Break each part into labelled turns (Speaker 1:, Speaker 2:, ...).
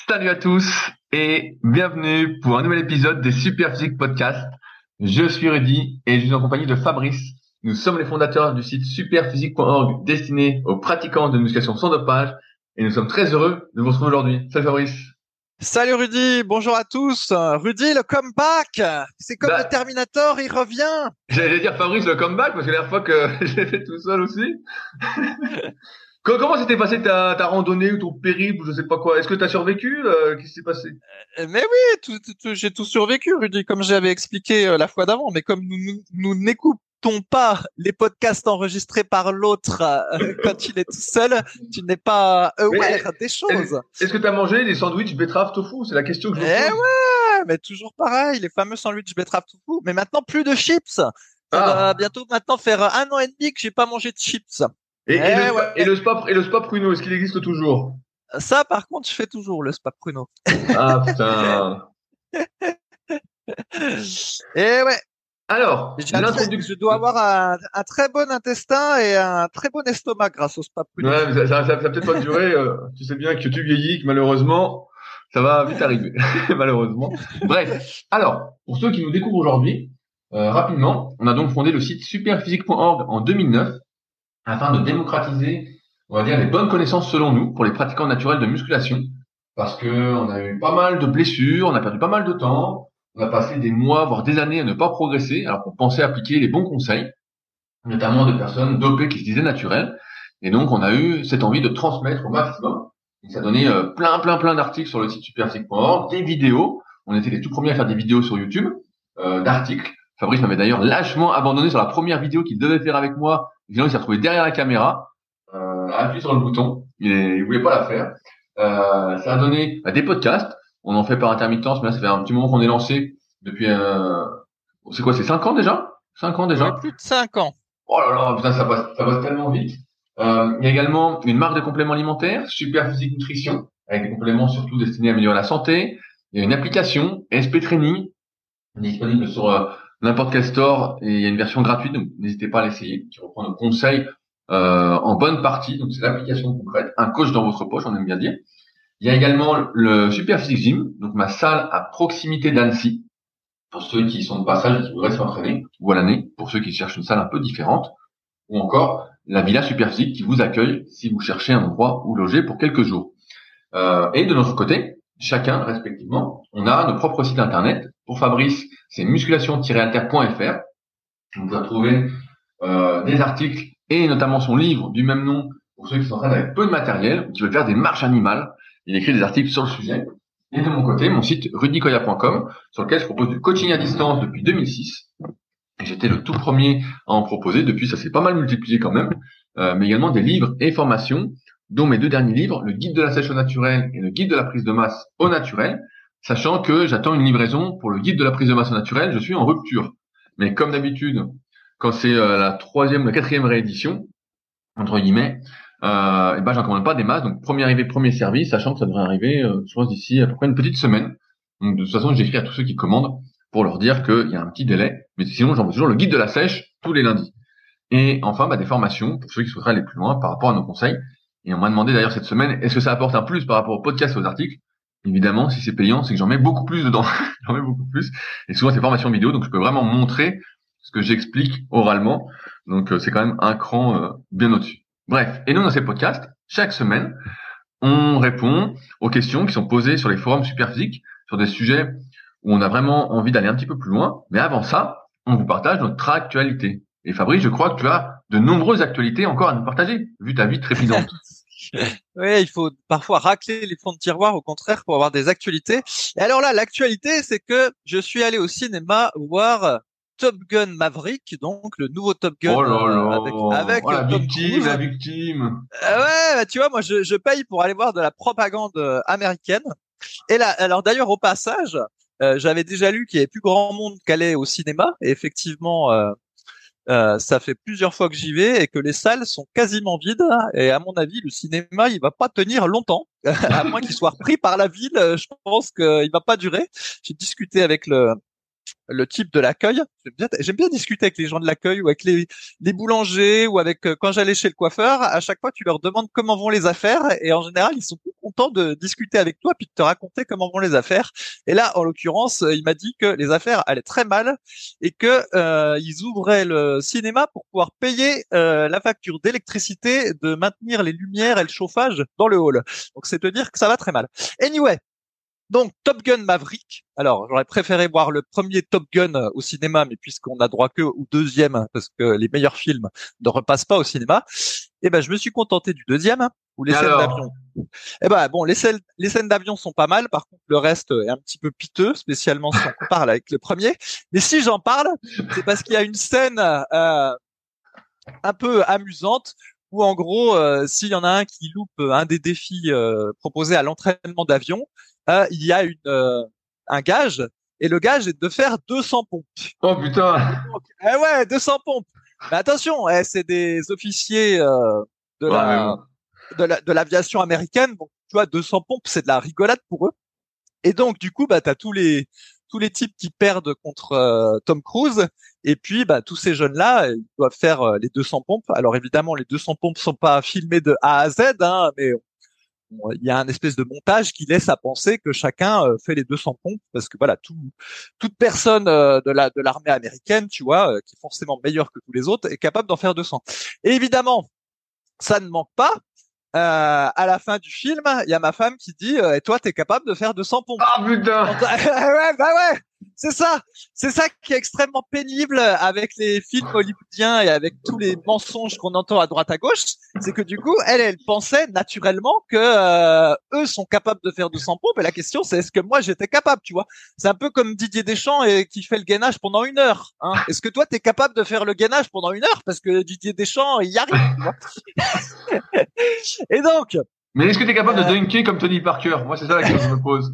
Speaker 1: Salut à tous et bienvenue pour un nouvel épisode des Superphysique Podcast. Je suis Rudy et je suis en compagnie de Fabrice. Nous sommes les fondateurs du site superphysique.org destiné aux pratiquants de musculation sans dopage et nous sommes très heureux de vous retrouver aujourd'hui. Salut Fabrice.
Speaker 2: Salut Rudy, bonjour à tous. Rudy, le comeback, c'est comme le Terminator, il revient.
Speaker 1: J'allais dire Fabrice le comeback parce que la dernière fois que je l'ai fait tout seul aussi. Comment s'était passé ta randonnée ou ton périple ou je sais pas quoi? Est-ce que tu as survécu? Qu'est-ce qui s'est passé?
Speaker 2: Mais oui, j'ai tout survécu, Rudy, comme j'avais expliqué la fois d'avant. Mais comme nous n'écoutons pas les podcasts enregistrés par l'autre quand il est tout seul, tu n'es pas aware des choses.
Speaker 1: Est-ce que tu as mangé des sandwichs betterave tofu? C'est la question que je me
Speaker 2: Eh
Speaker 1: pose.
Speaker 2: ouais, mais toujours pareil, les fameux sandwichs betterave tofu. Mais maintenant, plus de chips. Ça va bientôt maintenant faire 1 an et demi que j'ai pas mangé de chips.
Speaker 1: Et le spa pruneau, est-ce qu'il existe toujours?
Speaker 2: Ça, par contre, je fais toujours le spa pruneau.
Speaker 1: Ah putain.
Speaker 2: Et ouais.
Speaker 1: Alors,
Speaker 2: Je dois avoir un très bon intestin et un très bon estomac grâce au spa pruneau.
Speaker 1: Ouais, mais ça va peut-être pas durer. Tu sais bien que tu vieillis, que malheureusement, ça va vite arriver. Malheureusement. Bref. Alors, pour ceux qui nous découvrent aujourd'hui, rapidement, on a donc fondé le site superphysique.org en 2009 afin de démocratiser, on va dire, les bonnes connaissances selon nous pour les pratiquants naturels de musculation. Parce que on a eu pas mal de blessures, on a perdu pas mal de temps, on a passé des mois, voire des années à ne pas progresser, alors qu'on pensait appliquer les bons conseils, notamment de personnes dopées qui se disaient naturelles. Et donc, on a eu cette envie de transmettre au maximum. Et ça donnait plein d'articles sur le site superphysique.org, des vidéos. On était les tout premiers à faire des vidéos sur YouTube, d'articles. Fabrice m'avait d'ailleurs lâchement abandonné sur la première vidéo qu'il devait faire avec moi. Finalement, il s'est retrouvé derrière la caméra, a appuyé sur le bouton. Il voulait pas la faire. Ça a donné des podcasts. On en fait par intermittence, mais là, ça fait un petit moment qu'on est lancé depuis. C'est quoi, c'est 5 ans déjà? 5 ans déjà.
Speaker 2: Ouais, plus de 5 ans.
Speaker 1: Oh là là, putain, ça passe tellement vite. Il y a également une marque de compléments alimentaires, Superphysique Nutrition, avec des compléments surtout destinés à améliorer la santé. Il y a une application, SP Training, disponible sur n'importe quel store, et il y a une version gratuite, donc n'hésitez pas à l'essayer, qui reprend nos conseils en bonne partie. Donc c'est l'application concrète, un coach dans votre poche, on aime bien dire. Il y a également le Superphysique Gym, donc ma salle à proximité d'Annecy, pour ceux qui sont de passage et qui voudraient s'entraîner, ou à l'année, pour ceux qui cherchent une salle un peu différente, ou encore la Villa Superphysique qui vous accueille si vous cherchez un endroit où loger pour quelques jours. Et de notre côté, chacun respectivement, on a nos propres sites internet. Pour Fabrice, c'est musculation-alter.fr. Vous pouvez trouver des articles et notamment son livre du même nom pour ceux qui s'entraînent avec peu de matériel, qui veulent faire des marches animales. Il écrit des articles sur le sujet. Et de mon côté, mon site rudykoya.com, sur lequel je propose du coaching à distance depuis 2006. Et j'étais le tout premier à en proposer. Depuis, ça s'est pas mal multiplié quand même. Mais également des livres et formations, dont mes 2 derniers livres, le guide de la sèche au naturel et le guide de la prise de masse au naturel, sachant que j'attends une livraison pour le guide de la prise de masse au naturel, je suis en rupture. Mais comme d'habitude, quand c'est la 3e ou la 4e réédition, entre guillemets, et ben j'en commande pas des masses, donc premier arrivé, premier servi, sachant que ça devrait arriver, je pense d'ici à peu près une petite semaine. Donc de toute façon, j'écris à tous ceux qui commandent pour leur dire qu'il y a un petit délai, mais sinon j'envoie toujours le guide de la sèche tous les lundis. Et enfin, des formations pour ceux qui souhaiteraient aller plus loin par rapport à nos conseils. Et on m'a demandé d'ailleurs cette semaine, est-ce que ça apporte un plus par rapport au podcast et aux articles? Évidemment, si c'est payant, c'est que j'en mets beaucoup plus dedans. J'en mets beaucoup plus. Et souvent, c'est formation vidéo, donc je peux vraiment montrer ce que j'explique oralement. Donc c'est quand même un cran bien au-dessus. Bref, et nous, dans ces podcasts, chaque semaine, on répond aux questions qui sont posées sur les forums Superphysique, sur des sujets où on a vraiment envie d'aller un petit peu plus loin. Mais avant ça, on vous partage notre actualité. Et Fabrice, je crois que tu as de nombreuses actualités encore à nous partager, vu ta vie trépidante.
Speaker 2: Oui, il faut parfois racler les fonds de tiroir, au contraire, pour avoir des actualités. Et alors là, l'actualité, c'est que je suis allé au cinéma voir Top Gun Maverick, donc le nouveau Top Gun
Speaker 1: Oh là
Speaker 2: avec
Speaker 1: là, la
Speaker 2: Tom
Speaker 1: victime,
Speaker 2: Cruise.
Speaker 1: la victime.
Speaker 2: Ouais, tu vois, moi je paye pour aller voir de la propagande américaine. Et là, alors d'ailleurs au passage, j'avais déjà lu qu'il y avait plus grand monde qu'allait au cinéma. Et effectivement, ça fait plusieurs fois que j'y vais et que les salles sont quasiment vides. Et à mon avis, le cinéma, il va pas tenir longtemps, à moins qu'il soit repris par la ville. Je pense qu'il va pas durer. J'ai discuté avec le type de l'accueil. J'aime bien discuter avec les gens de l'accueil ou avec les boulangers ou avec quand j'allais chez le coiffeur. À chaque fois, tu leur demandes comment vont les affaires et en général, ils sont tout contents de discuter avec toi puis de te raconter comment vont les affaires. Et là, en l'occurrence, il m'a dit que les affaires allaient très mal et que ils ouvraient le cinéma pour pouvoir payer la facture d'électricité, de maintenir les lumières et le chauffage dans le hall. Donc, c'est te dire que ça va très mal. Anyway. Donc Top Gun Maverick. Alors j'aurais préféré voir le premier Top Gun au cinéma, mais puisqu'on a droit que au deuxième, parce que les meilleurs films ne repassent pas au cinéma, eh ben je me suis contenté du deuxième, où les
Speaker 1: Et
Speaker 2: scènes
Speaker 1: alors?
Speaker 2: d'avion. Eh ben bon, les scènes d'avion sont pas mal. Par contre, le reste est un petit peu piteux, spécialement si on compare avec le premier. Mais si j'en parle, c'est parce qu'il y a une scène un peu amusante où en gros, s'il y en a un qui loupe un des défis proposés à l'entraînement d'avion, il y a un gage, et le gage est de faire 200 pompes.
Speaker 1: Oh putain.
Speaker 2: Donc, ouais, 200 pompes. Mais attention, c'est des officiers de
Speaker 1: Ouais, mais
Speaker 2: la
Speaker 1: bon.
Speaker 2: de l'aviation américaine, donc tu vois, 200 pompes, c'est de la rigolade pour eux. Et donc du coup, bah t'as tous les types qui perdent contre Tom Cruise, et puis bah tous ces jeunes-là, ils doivent faire les 200 pompes. Alors évidemment, les 200 pompes sont pas filmées de A à Z, hein, mais bon, il y a un espèce de montage qui laisse à penser que chacun fait les 200 pompes, parce que voilà, toute personne de l'armée américaine, tu vois, qui est forcément meilleure que tous les autres, est capable d'en faire 200. Et évidemment, ça ne manque pas. À la fin du film, il y a ma femme qui dit et toi, t'es capable de faire 200 pompes.
Speaker 1: Ah putain.
Speaker 2: Ouais, bah ouais, c'est ça. C'est ça qui est extrêmement pénible avec les films hollywoodiens et avec tous les mensonges qu'on entend à droite à gauche. C'est que du coup, elle pensait naturellement que eux sont capables de faire 200 pompes. Et la question, c'est est-ce que moi j'étais capable, tu vois? C'est un peu comme Didier Deschamps qui fait le gainage pendant 1 heure. Hein. Est-ce que toi, t'es capable de faire le gainage pendant 1 heure? Parce que Didier Deschamps, il y arrive, tu vois. Et donc,
Speaker 1: Mais est-ce que tu es capable de
Speaker 2: euh,
Speaker 1: dunker comme Tony Parker? Moi, c'est ça la question que je me pose.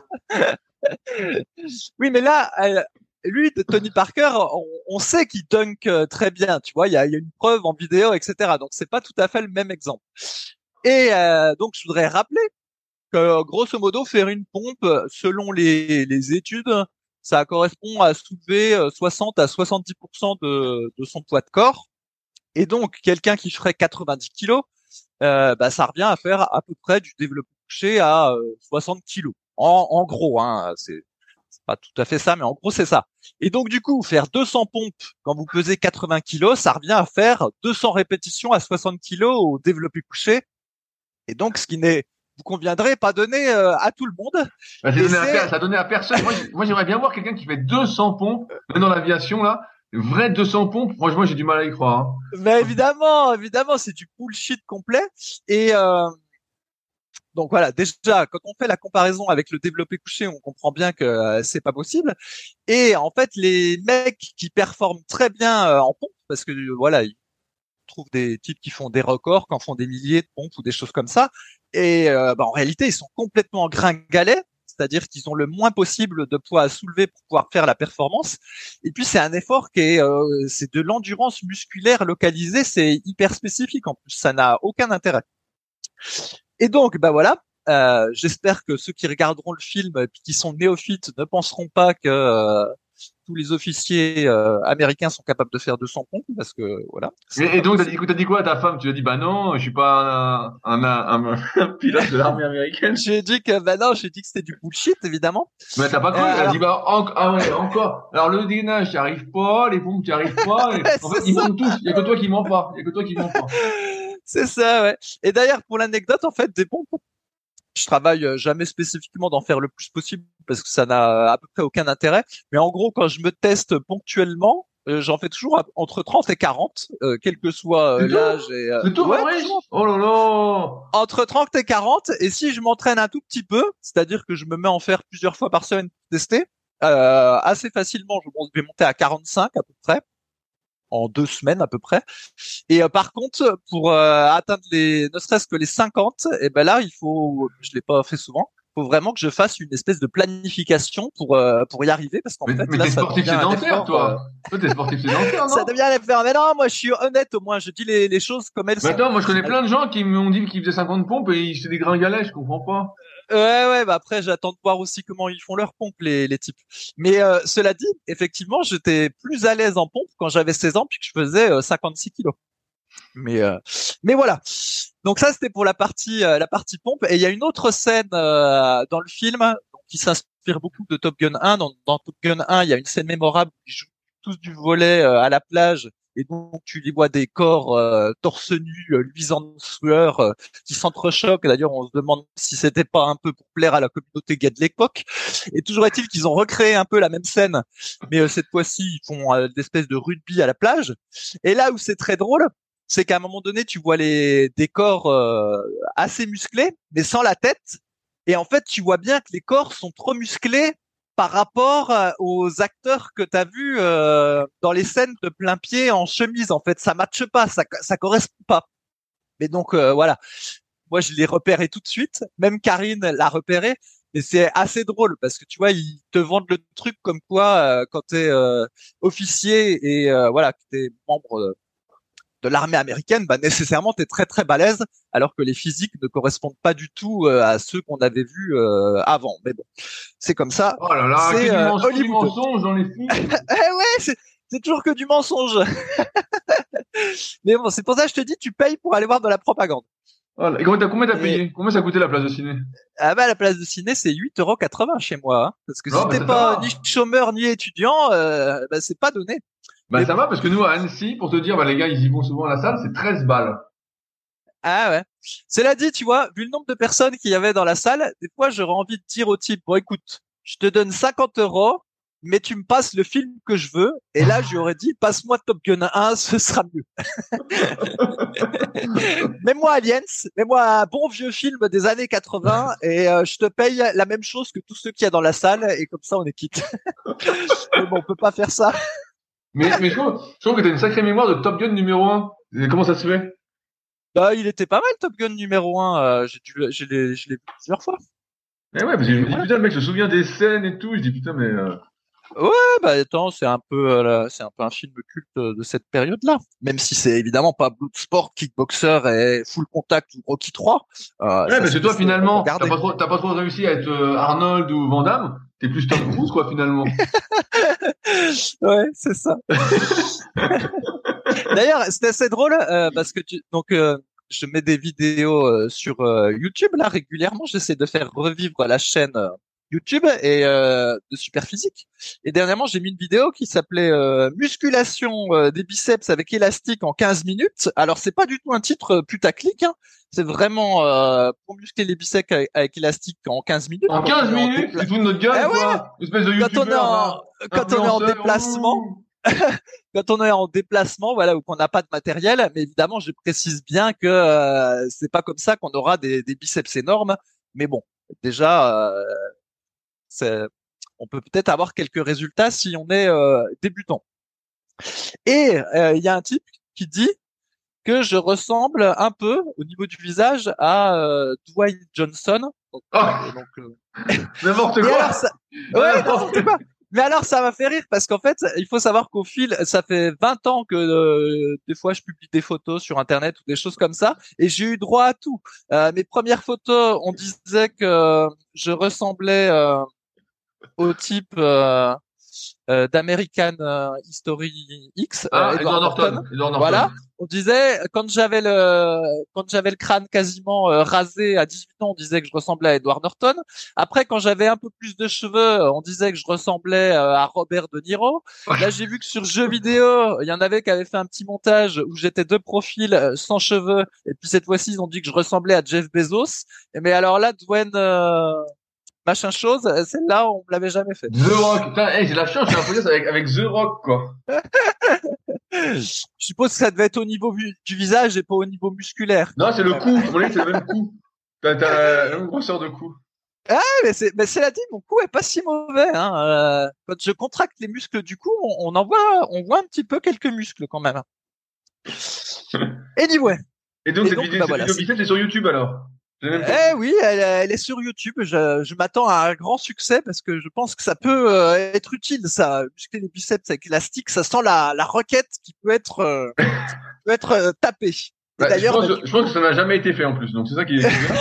Speaker 2: oui, mais là, lui, Tony Parker, on sait qu'il dunk très bien, tu vois, il y a une preuve en vidéo, etc. Donc, c'est pas tout à fait le même exemple. Et donc, je voudrais rappeler que, grosso modo, faire une pompe, selon les études, ça correspond à soulever 60 à 70% de son poids de corps. Et donc, quelqu'un qui ferait 90 kilos, bah, ça revient à faire à peu près du développé couché à 60 kilos. En gros, hein, c'est pas tout à fait ça, mais en gros, c'est ça. Et donc, du coup, faire 200 pompes quand vous pesez 80 kilos, ça revient à faire 200 répétitions à 60 kilos au développé couché. Et donc, ce qui n'est, vous conviendrez, pas donné à tout le monde.
Speaker 1: Bah,
Speaker 2: Et c'est,
Speaker 1: ça a donné à personne. Moi, j'aimerais bien voir quelqu'un qui fait 200 pompes, même dans l'aviation, là. Vrai 200 pompes. Franchement, j'ai du mal à y croire. Hein.
Speaker 2: mais évidemment, c'est du bullshit complet. Et donc voilà, déjà, quand on fait la comparaison avec le développé couché, on comprend bien que c'est pas possible. Et en fait, les mecs qui performent très bien en pompe, parce que voilà, ils trouvent des types qui font des records, qui en font des milliers de pompes ou des choses comme ça. Et bah, en réalité, ils sont complètement gringalets, c'est-à-dire qu'ils ont le moins possible de poids à soulever pour pouvoir faire la performance. Et puis c'est un effort qui est, c'est de l'endurance musculaire localisée, c'est hyper spécifique en plus, ça n'a aucun intérêt. Et donc, bah voilà. J'espère que ceux qui regarderont le film et qui sont néophytes ne penseront pas que tous les officiers américains sont capables de faire 200 pompes, parce que voilà, ce n'est
Speaker 1: Et
Speaker 2: pas
Speaker 1: donc,
Speaker 2: possible.
Speaker 1: t'as dit quoi à ta femme? Tu lui as dit, bah non, je suis pas un pilote de l'armée américaine.
Speaker 2: J'ai dit que bah non, j'ai dit que c'était du bullshit évidemment.
Speaker 1: Mais t'as pas cru? Elle a dit,
Speaker 2: Alors
Speaker 1: bah, ah ouais, encore. Alors, le gainage, t'y arrives pas, les pompes, t'y arrives pas. En fait,
Speaker 2: c'est
Speaker 1: ils
Speaker 2: ça,
Speaker 1: mentent tous. Il y a que toi qui mens pas. Il y a que toi qui mens pas.
Speaker 2: c'est ça, ouais. Et d'ailleurs pour l'anecdote, en fait, des pompes, je travaille jamais spécifiquement d'en faire le plus possible parce que ça n'a à peu près aucun intérêt. Mais en gros, quand je me teste ponctuellement, j'en fais toujours entre 30 et 40, quel que soit
Speaker 1: C'est tout?
Speaker 2: l'âge. Et
Speaker 1: C'est tout,
Speaker 2: ouais,
Speaker 1: Maurice?
Speaker 2: toujours
Speaker 1: Oh là là!
Speaker 2: entre 30 et 40. Et si je m'entraîne un tout petit peu, c'est-à-dire que je me mets à en faire plusieurs fois par semaine pour tester, assez facilement, je vais monter à 45 à peu près en 2 semaines à peu près. Et par contre, pour atteindre ne serait-ce que les 50, et ben là, je l'ai pas fait souvent, faut vraiment que je fasse une espèce de planification pour y arriver, parce qu'en fait,
Speaker 1: Mais
Speaker 2: là,
Speaker 1: t'es
Speaker 2: ça
Speaker 1: sportif
Speaker 2: devient un
Speaker 1: sédentaire,
Speaker 2: effort.
Speaker 1: toi. Toi, t'es sportif sédentaire,
Speaker 2: Ça
Speaker 1: non?
Speaker 2: devient un effort. Mais non, moi, je suis honnête, au moins, je dis les choses comme elles
Speaker 1: Mais
Speaker 2: sont.
Speaker 1: attends, moi, je connais
Speaker 2: Alors,
Speaker 1: plein de gens qui m'ont dit qu'ils faisaient 50 pompes et ils se dégringalaient, je comprends pas.
Speaker 2: ouais, bah après, j'attends de voir aussi comment ils font leurs pompes, les types. Mais cela dit, effectivement, j'étais plus à l'aise en pompe quand j'avais 16 ans, puis que je faisais 56 kilos. Mais voilà. Donc ça, c'était pour la partie pompe. Et il y a une autre scène dans le film qui s'inspire beaucoup de Top Gun 1. Dans Top Gun 1, il y a une scène mémorable où ils jouent tous du volley à la plage. Et donc, tu les vois des corps torse nu, luisants de sueur, qui s'entrechoquent. D'ailleurs, on se demande si c'était pas un peu pour plaire à la communauté gay de l'époque. Et toujours est-il qu'ils ont recréé un peu la même scène, mais cette fois-ci, ils font des espèces de rugby à la plage. Et là où c'est très drôle, c'est qu'à un moment donné, tu vois des corps assez musclés, mais sans la tête. Et en fait, tu vois bien que les corps sont trop musclés par rapport aux acteurs que tu as vus dans les scènes de plein pied en chemise. En fait, ça matche pas, ça correspond pas. Mais donc voilà, moi je l'ai repéré tout de suite. Même Karine l'a repéré. Et c'est assez drôle parce que tu vois, ils te vendent le truc comme quoi quand t'es officier et voilà, que t'es membre de l'armée américaine, bah nécessairement t'es très très balèze, alors que les physiques ne correspondent pas du tout à ceux qu'on avait vus avant. Mais bon, c'est comme ça.
Speaker 1: Oh là là,
Speaker 2: C'est
Speaker 1: que du
Speaker 2: Hollywood.
Speaker 1: mensonge dans les films.
Speaker 2: Eh ouais, c'est toujours que du mensonge. Mais bon, c'est pour ça que je te dis, tu payes pour aller voir de la propagande.
Speaker 1: Oh là. Et combien t'as
Speaker 2: Et
Speaker 1: payé? Combien ça a coûté la place de ciné?
Speaker 2: ah bah la place de ciné c'est 8,80 € chez moi, hein, parce que
Speaker 1: Non,
Speaker 2: si
Speaker 1: bah
Speaker 2: t'es
Speaker 1: ça
Speaker 2: pas
Speaker 1: va.
Speaker 2: ni chômeur ni étudiant, bah c'est pas donné.
Speaker 1: Bah
Speaker 2: Mais
Speaker 1: ça
Speaker 2: bon.
Speaker 1: va parce que nous à Annecy, pour te dire, bah les gars, ils y vont souvent à la salle, c'est 13 balles.
Speaker 2: Ah ouais. Cela dit, tu vois, vu le nombre de personnes qu'il y avait dans la salle, des fois j'aurais envie de dire au type, bon écoute, je te donne 50 €, mais tu me passes le film que je veux. Et là, j'aurais dit, passe-moi Top Gun 1, ce sera mieux. Mets-moi Aliens, mets-moi un bon vieux film des années 80 et je te paye la même chose que tous ceux qu'il y a dans la salle et comme ça on est quitte. Mais bon, on peut pas faire ça.
Speaker 1: Mais je trouve que t'as une sacrée mémoire de Top Gun numéro 1. Et comment ça se fait?
Speaker 2: Bah, il était pas mal Top Gun numéro 1, je l'ai vu plusieurs fois.
Speaker 1: Eh ouais, parce que je
Speaker 2: Et
Speaker 1: me dis,
Speaker 2: voilà.
Speaker 1: putain, le mec se souvient des scènes et tout. Je dis, putain, mais...
Speaker 2: Ouais, bah attends, c'est un peu un film culte de cette période-là. Même si c'est évidemment pas Bloodsport, Kickboxer et Full Contact ou Rocky 3,
Speaker 1: Ouais,
Speaker 2: ça
Speaker 1: parce
Speaker 2: se
Speaker 1: que toi,
Speaker 2: laisse
Speaker 1: finalement,
Speaker 2: regarder.
Speaker 1: t'as pas trop réussi à être Arnold ou Van Damme. T'es plus Tom Cruise, quoi, finalement.
Speaker 2: Ouais, c'est ça. D'ailleurs, c'était assez drôle parce que je mets des vidéos sur YouTube là régulièrement. J'essaie de faire revivre la chaîne YouTube et de Superphysique. Et dernièrement, j'ai mis une vidéo qui s'appelait Musculation des biceps avec élastique en 15 minutes. Alors, c'est pas du tout un titre putaclic, hein. C'est vraiment pour muscler les biceps avec élastique en 15 minutes
Speaker 1: En
Speaker 2: quand
Speaker 1: 15
Speaker 2: on est en
Speaker 1: minutes, tu te fous de notre
Speaker 2: Eh
Speaker 1: gueule,
Speaker 2: ouais,
Speaker 1: quoi. Espèce de
Speaker 2: quand on est
Speaker 1: youtubeur,
Speaker 2: en
Speaker 1: là.
Speaker 2: quand on est en
Speaker 1: Influenceur,
Speaker 2: déplacement,
Speaker 1: ouh.
Speaker 2: quand on est en déplacement, voilà, ou qu'on n'a pas de matériel, mais évidemment, je précise bien que c'est pas comme ça qu'on aura des biceps énormes. Mais bon, déjà, c'est- on peut peut-être avoir quelques résultats si on est débutant. Et il y a un type qui dit que je ressemble un peu au niveau du visage à Dwayne Johnson. Donc,
Speaker 1: Oh, n'importe
Speaker 2: et alors
Speaker 1: quoi.
Speaker 2: ça, ouais,
Speaker 1: N'importe
Speaker 2: n'importe quoi. Mais alors ça m'a fait rire parce qu'en fait, il faut savoir qu'au fil, ça fait 20 ans que des fois je publie des photos sur Internet ou des choses comme ça, et j'ai eu droit à tout. Mes premières photos, on disait que je ressemblais au type d'American History X,
Speaker 1: Ah,
Speaker 2: Edward
Speaker 1: Edward
Speaker 2: Norton.
Speaker 1: Norton. Edward
Speaker 2: Voilà.
Speaker 1: Norton.
Speaker 2: On disait quand j'avais le crâne quasiment rasé à 18 ans, on disait que je ressemblais à Edward Norton. Après, quand j'avais un peu plus de cheveux, on disait que je ressemblais à Robert De Niro. Là, j'ai vu que sur jeux vidéo, il y en avait qui avaient fait un petit montage où j'étais deux profils sans cheveux. Et puis cette fois-ci, ils ont dit que je ressemblais à Jeff Bezos. Mais alors là, Dwayne machin chose, celle-là, on me l'avait jamais fait.
Speaker 1: The Rock. Putain, hey, j'ai la chance, j'ai un podcast avec The Rock, quoi.
Speaker 2: Je suppose que ça devait être au niveau du visage et pas au niveau musculaire,
Speaker 1: Non, c'est
Speaker 2: quand
Speaker 1: le
Speaker 2: même.
Speaker 1: cou. À mon avis, c'est le même cou. T'as la même grosseur de cou.
Speaker 2: Ah, mais cela dit, mon cou est pas si mauvais, hein. Quand je contracte les muscles du cou, on voit un petit peu quelques muscles quand même. Anyway.
Speaker 1: Et donc,
Speaker 2: Et
Speaker 1: cette
Speaker 2: donc,
Speaker 1: vidéo,
Speaker 2: bah
Speaker 1: cette
Speaker 2: voilà.
Speaker 1: vidéo biceps, c'est sur YouTube, alors.
Speaker 2: Oui, elle est sur YouTube. Je m'attends à un grand succès parce que je pense que ça peut être utile, ça, muscler les biceps avec élastique. Ça sent la roquette qui peut être tapée. Et
Speaker 1: Bah,
Speaker 2: d'ailleurs,
Speaker 1: je pense que ça n'a jamais été fait en plus, donc c'est ça qui est bien.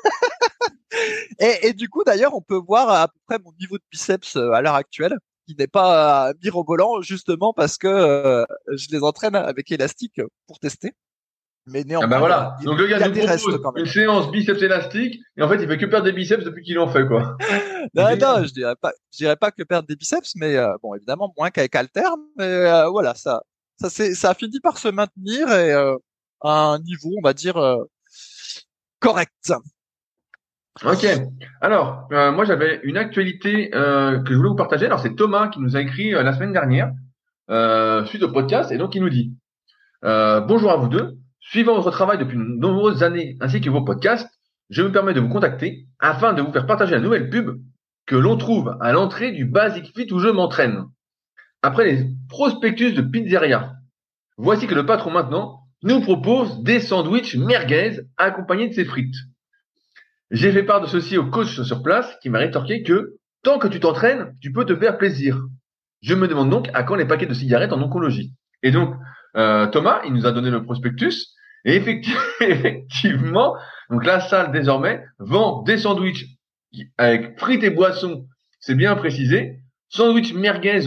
Speaker 2: et du coup, d'ailleurs, on peut voir à peu près mon niveau de biceps à l'heure actuelle, qui n'est pas mirobolant, justement parce que je les entraîne avec élastique pour tester. Mais
Speaker 1: Ah bah
Speaker 2: néanmoins,
Speaker 1: voilà. Donc le
Speaker 2: il
Speaker 1: gars
Speaker 2: y a
Speaker 1: nous
Speaker 2: des restes
Speaker 1: propose
Speaker 2: quand même.
Speaker 1: une séance biceps élastique et en fait il fait que perdre des biceps depuis qu'il en fait quoi. C'est
Speaker 2: Non,
Speaker 1: génial.
Speaker 2: non, je dirais pas que perdre des biceps, mais bon, évidemment, moins qu'avec halter, mais voilà, ça a fini par se maintenir et à un niveau, on va dire, correct.
Speaker 1: Ok. Alors moi j'avais une actualité que je voulais vous partager. Alors c'est Thomas qui nous a écrit la semaine dernière suite au podcast et donc il nous dit bonjour à vous deux. Suivant votre travail depuis de nombreuses années ainsi que vos podcasts, je me permets de vous contacter afin de vous faire partager la nouvelle pub que l'on trouve à l'entrée du Basic Fit où je m'entraîne. Après les prospectus de pizzeria, voici que le patron maintenant nous propose des sandwichs merguez accompagnés de ses frites. J'ai fait part de ceci au coach sur place qui m'a rétorqué que tant que tu t'entraînes, tu peux te faire plaisir. Je me demande donc à quand les paquets de cigarettes en oncologie. Et donc, Thomas, il nous a donné le prospectus. Et effectivement, donc la salle désormais vend des sandwichs avec frites et boissons, c'est bien précisé. Sandwich merguez,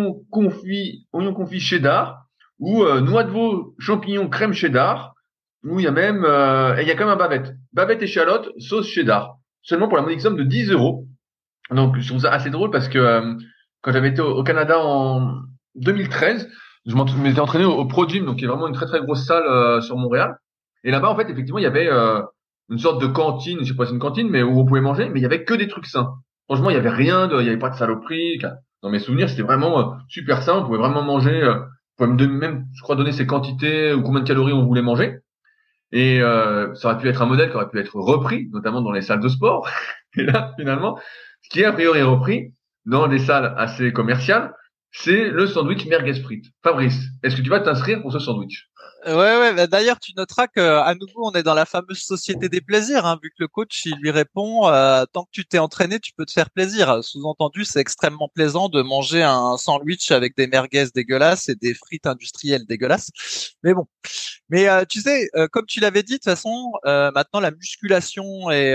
Speaker 1: oignon confit cheddar ou noix de veau, champignons, crème cheddar. Où il y a même, et il y a quand même un bavette échalote, sauce cheddar. Seulement pour la modique somme de 10 euros. Donc je trouve ça assez drôle parce que quand j'avais été au Canada en 2013, je m'étais entraîné au Pro Gym, donc qui est vraiment une très très grosse salle sur Montréal. Et là-bas, en fait, effectivement, il y avait une sorte de cantine, je sais pas si c'est une cantine, mais où on pouvait manger, mais il y avait que des trucs sains. Franchement, il y avait rien, il y avait pas de saloperie. Dans mes souvenirs, c'était vraiment super sain. On pouvait vraiment manger, on pouvait même, je crois, donner ses quantités ou combien de calories on voulait manger. Et ça aurait pu être un modèle qui aurait pu être repris, notamment dans les salles de sport. Et là, finalement, ce qui est a priori repris dans des salles assez commerciales, c'est le sandwich merguez frites. Fabrice, est-ce que tu vas t'inscrire pour ce sandwich?
Speaker 2: Ouais. Bah, d'ailleurs, tu noteras que à nouveau, on est dans la fameuse société des plaisirs, hein, vu que le coach, il lui répond, tant que tu t'es entraîné, tu peux te faire plaisir. Sous-entendu, c'est extrêmement plaisant de manger un sandwich avec des merguez dégueulasses et des frites industrielles dégueulasses. Mais bon. Mais tu sais, comme tu l'avais dit, de toute façon, maintenant la musculation et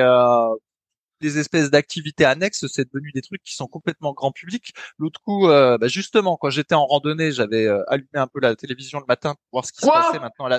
Speaker 2: des espèces d'activités annexes, c'est devenu des trucs qui sont complètement grand public. L'autre coup, bah justement, quand j'étais en randonnée, j'avais allumé un peu la télévision le matin pour voir ce qui se passait
Speaker 1: Quoi?
Speaker 2: maintenant.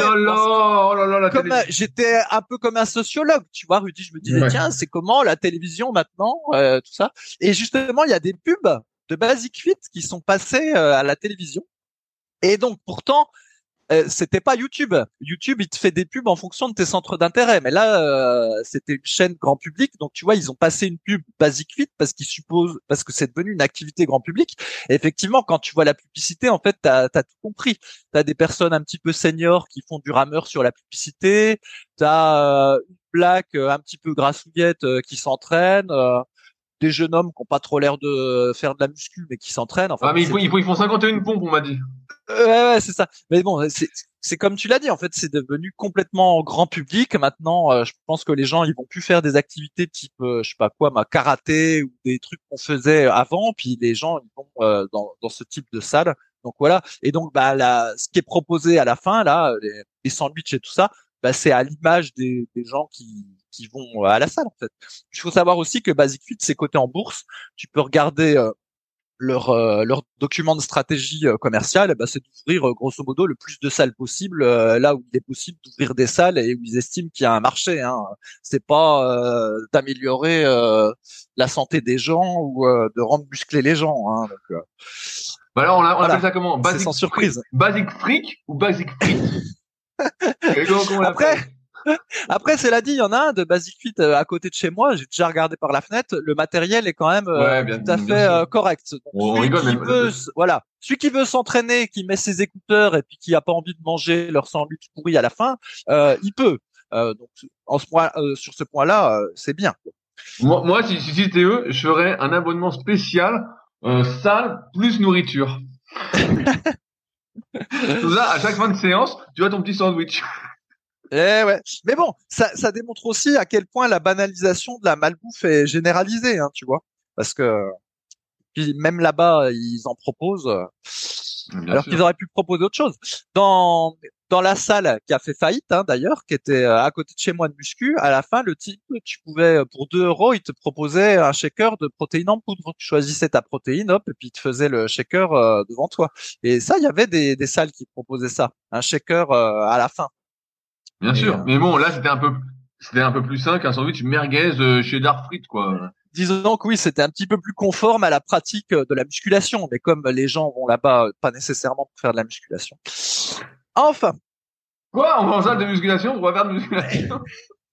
Speaker 1: Oh là là, la
Speaker 2: Comme
Speaker 1: télévision.
Speaker 2: j'étais un peu comme un sociologue, tu vois, Rudy, je me disais
Speaker 1: Ouais.
Speaker 2: tiens, c'est comment la télévision maintenant, tout ça. Et justement, il y a des pubs de Basic Fit qui sont passées à la télévision. Et donc pourtant c'était pas YouTube. YouTube, il te fait des pubs en fonction de tes centres d'intérêt. Mais là, c'était une chaîne grand public. Donc, tu vois, ils ont passé une pub Basic Fit parce que c'est devenu une activité grand public. Et effectivement, quand tu vois la publicité, en fait, t'as tout compris. T'as des personnes un petit peu seniors qui font du rameur sur la publicité. T'as une black un petit peu grassouillette qui s'entraîne. Des jeunes hommes qui ont pas trop l'air de faire de la muscu, mais qui s'entraînent. Enfin,
Speaker 1: Ah
Speaker 2: bon,
Speaker 1: mais ils font 51 pompes, on m'a dit.
Speaker 2: Ouais, c'est ça. Mais bon, c'est comme tu l'as dit, en fait, c'est devenu complètement grand public. Maintenant, je pense que les gens, ils vont plus faire des activités type, je sais pas quoi, karaté ou des trucs qu'on faisait avant. Puis les gens, ils vont dans ce type de salle. Donc voilà. Et donc, bah, ce qui est proposé à la fin, là, les sandwichs et tout ça, bah, c'est à l'image des gens qui vont à la salle, en fait. Il faut savoir aussi que Basic Fit, c'est coté en bourse. Tu peux regarder leur document de stratégie commerciale, bah, c'est d'ouvrir grosso modo le plus de salles possible là où il est possible d'ouvrir des salles et où ils estiment qu'il y a un marché. Hein. C'est pas d'améliorer la santé des gens ou de rendre musclés les gens. Hein. Donc,
Speaker 1: Bah alors, on
Speaker 2: voilà,
Speaker 1: appelle ça comment?
Speaker 2: c'est sans surprise.
Speaker 1: Basic fric ou basic frites? Comment on
Speaker 2: Après,
Speaker 1: l'appelle?
Speaker 2: Après, cela dit, il y en a un de Basic Fit à côté de chez moi. J'ai déjà regardé par la fenêtre. Le matériel est quand même
Speaker 1: Ouais,
Speaker 2: tout à
Speaker 1: bien
Speaker 2: fait
Speaker 1: sûr.
Speaker 2: correct. Donc,
Speaker 1: On rigole même.
Speaker 2: voilà, celui qui veut s'entraîner, qui met ses écouteurs et puis qui a pas envie de manger leur sandwich pourri à la fin, il peut. Donc, sur ce point-là, c'est bien.
Speaker 1: Moi, si c'était eux, je ferais un abonnement spécial salle plus nourriture. Tout ça, à chaque fin de séance, tu as ton petit sandwich.
Speaker 2: Eh ouais. Mais bon, ça démontre aussi à quel point la banalisation de la malbouffe est généralisée, hein, tu vois. Parce que puis même là-bas, ils en proposent,
Speaker 1: Bien
Speaker 2: alors qu'ils
Speaker 1: sûr.
Speaker 2: auraient pu proposer autre chose. Dans la salle qui a fait faillite, hein, d'ailleurs, qui était à côté de chez moi de muscu, à la fin, le type, tu pouvais, pour 2 euros, il te proposait un shaker de protéines en poudre. Tu choisissais ta protéine, hop, et puis il te faisait le shaker devant toi. Et ça, il y avait des salles qui proposaient ça, un shaker à la fin.
Speaker 1: Bien
Speaker 2: Mais
Speaker 1: sûr. Mais bon, là, c'était un peu plus sain qu'un sandwich merguez chez Darfrit, quoi.
Speaker 2: disons que oui, c'était un petit peu plus conforme à la pratique de la musculation. Mais comme les gens vont là-bas, pas nécessairement pour faire de la musculation. Enfin,
Speaker 1: Quoi? On va en salle de musculation? On va faire de musculation?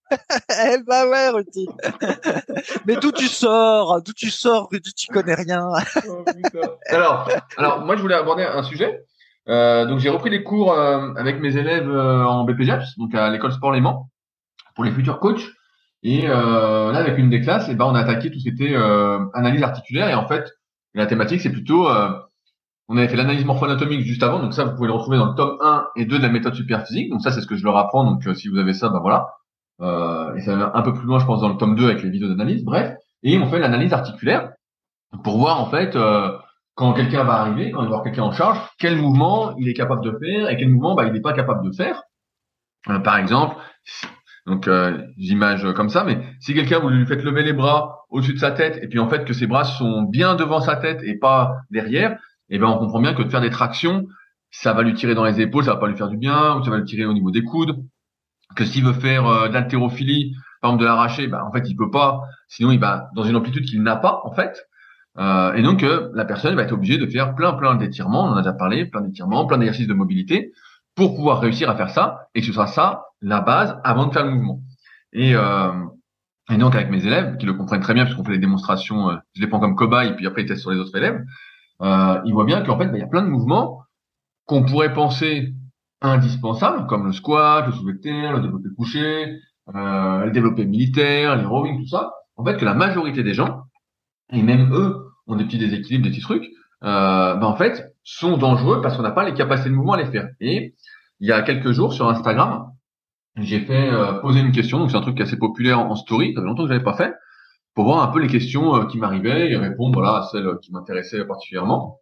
Speaker 2: eh ben ouais, Rudy. Mais d'où tu sors, Rudy, tu connais rien.
Speaker 1: Oh, putain. Alors, moi, je voulais aborder un sujet. Donc, j'ai repris les cours avec mes élèves en BPJAPS, donc à l'école Sport Léman, pour les futurs coachs. Et là, avec une des classes, on a attaqué tout ce qui était analyse articulaire. Et en fait, la thématique, c'est plutôt, on avait fait l'analyse morpho-anatomique juste avant. Donc ça, vous pouvez le retrouver dans le tome 1 et 2 de la méthode Superphysique. Donc ça, c'est ce que je leur apprends. Donc si vous avez ça, bah voilà. Et ça va un peu plus loin, je pense, dans le tome 2 avec les vidéos d'analyse. Bref. Et on fait l'analyse articulaire pour voir, en fait, quand quelqu'un va arriver, quand il va avoir quelqu'un en charge, quel mouvement il est capable de faire et quel mouvement il n'est pas capable de faire. Par exemple, donc j'image comme ça, mais si quelqu'un vous lui faites lever les bras au-dessus de sa tête et puis en fait que ses bras sont bien devant sa tête et pas derrière, on comprend bien que de faire des tractions, ça va lui tirer dans les épaules, ça va pas lui faire du bien, ou ça va lui tirer au niveau des coudes. Que s'il veut faire de l'haltérophilie, par exemple de l'arracher, en fait il peut pas, sinon il va dans une amplitude qu'il n'a pas en fait. Et donc la personne va être obligée de faire plein d'étirements, on en a déjà parlé, plein d'étirements, plein d'exercices de mobilité pour pouvoir réussir à faire ça et que ce soit ça la base avant de faire le mouvement. Et, euh, et donc avec mes élèves qui le comprennent très bien puisqu'on fait des démonstrations, je les prends comme cobayes puis après ils testent sur les autres élèves, ils voient bien qu'en fait il y a plein de mouvements qu'on pourrait penser indispensables comme le squat, le soulevé de terre, le développé couché, le développé militaire, les rowing, tout ça. En fait que la majorité des gens et même eux ont des petits déséquilibres, des petits trucs, en fait, sont dangereux parce qu'on n'a pas les capacités de mouvement à les faire. Et il y a quelques jours sur Instagram, j'ai fait poser une question, donc c'est un truc assez populaire en story, ça fait longtemps que je l'avais pas fait, pour voir un peu les questions qui m'arrivaient et répondre voilà à celles qui m'intéressaient particulièrement.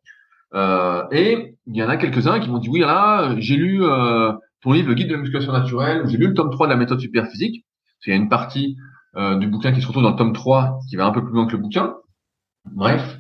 Speaker 1: Et il y en a quelques-uns qui m'ont dit oui là, j'ai lu ton livre Le Guide de la musculation naturelle, j'ai lu le tome 3 de la méthode Superphysique, parce qu'il y a une partie du bouquin qui se retrouve dans le tome 3 qui va un peu plus loin que le bouquin. Bref.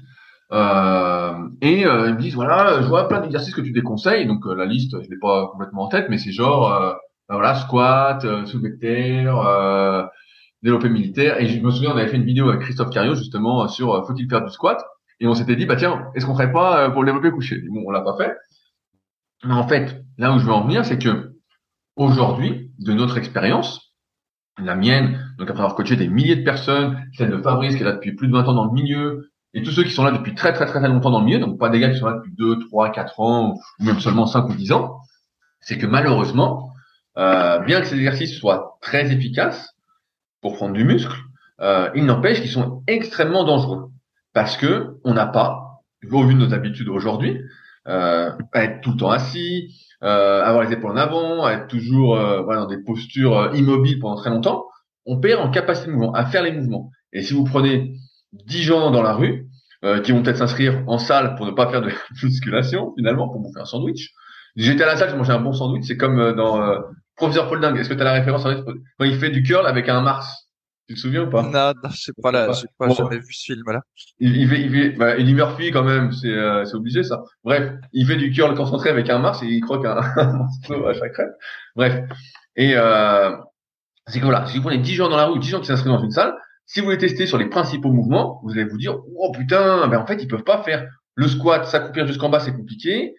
Speaker 1: Ils me disent voilà, je vois plein d'exercices que tu déconseilles, donc la liste je l'ai pas complètement en tête, mais c'est genre voilà squat, soulevé de terre, développé militaire. Et je me souviens on avait fait une vidéo avec Christophe Cario justement sur faut-il faire du squat, et on s'était dit bah tiens est-ce qu'on ferait pas pour le développé couché. Bon on l'a pas fait, mais en fait là où je veux en venir c'est que aujourd'hui de notre expérience, la mienne, donc après avoir coaché des milliers de personnes, celle de Fabrice qui est là depuis plus de 20 ans dans le milieu, et tous ceux qui sont là depuis très longtemps dans le milieu, donc pas des gars qui sont là depuis 2, 3, 4 ans, ou même seulement 5 ou 10 ans, c'est que malheureusement, bien que ces exercices soient très efficaces pour prendre du muscle, il n'empêche qu'ils sont extrêmement dangereux. Parce que on n'a pas, au vu de nos habitudes aujourd'hui, à être tout le temps assis, avoir les épaules en avant, à être toujours voilà, dans des postures immobiles pendant très longtemps, on perd en capacité de mouvement, à faire les mouvements. Et si vous prenez 10 gens dans la rue, qui vont peut-être s'inscrire en salle pour ne pas faire de musculation, finalement, pour bouffer un sandwich. J'étais à la salle, je mangeais un bon sandwich, c'est comme dans Professeur Paul Dingue. Est-ce que tu as la référence quand il fait du curl avec un Mars? Tu te souviens ou pas?
Speaker 2: Non, non, je sais pas là, j'ai pas
Speaker 1: Bon,
Speaker 2: jamais vu ce film-là.
Speaker 1: Eddie Murphy quand même, c'est obligé ça. Bref, il fait du curl concentré avec un Mars et il croque un morceau à chaque crêpe. Bref, et c'est que voilà, si vous prenez 10 gens dans la rue ou 10 gens qui s'inscrivent dans une salle, si vous les testez sur les principaux mouvements, vous allez vous dire oh putain, en fait ils peuvent pas faire le squat, s'accroupir jusqu'en bas, c'est compliqué.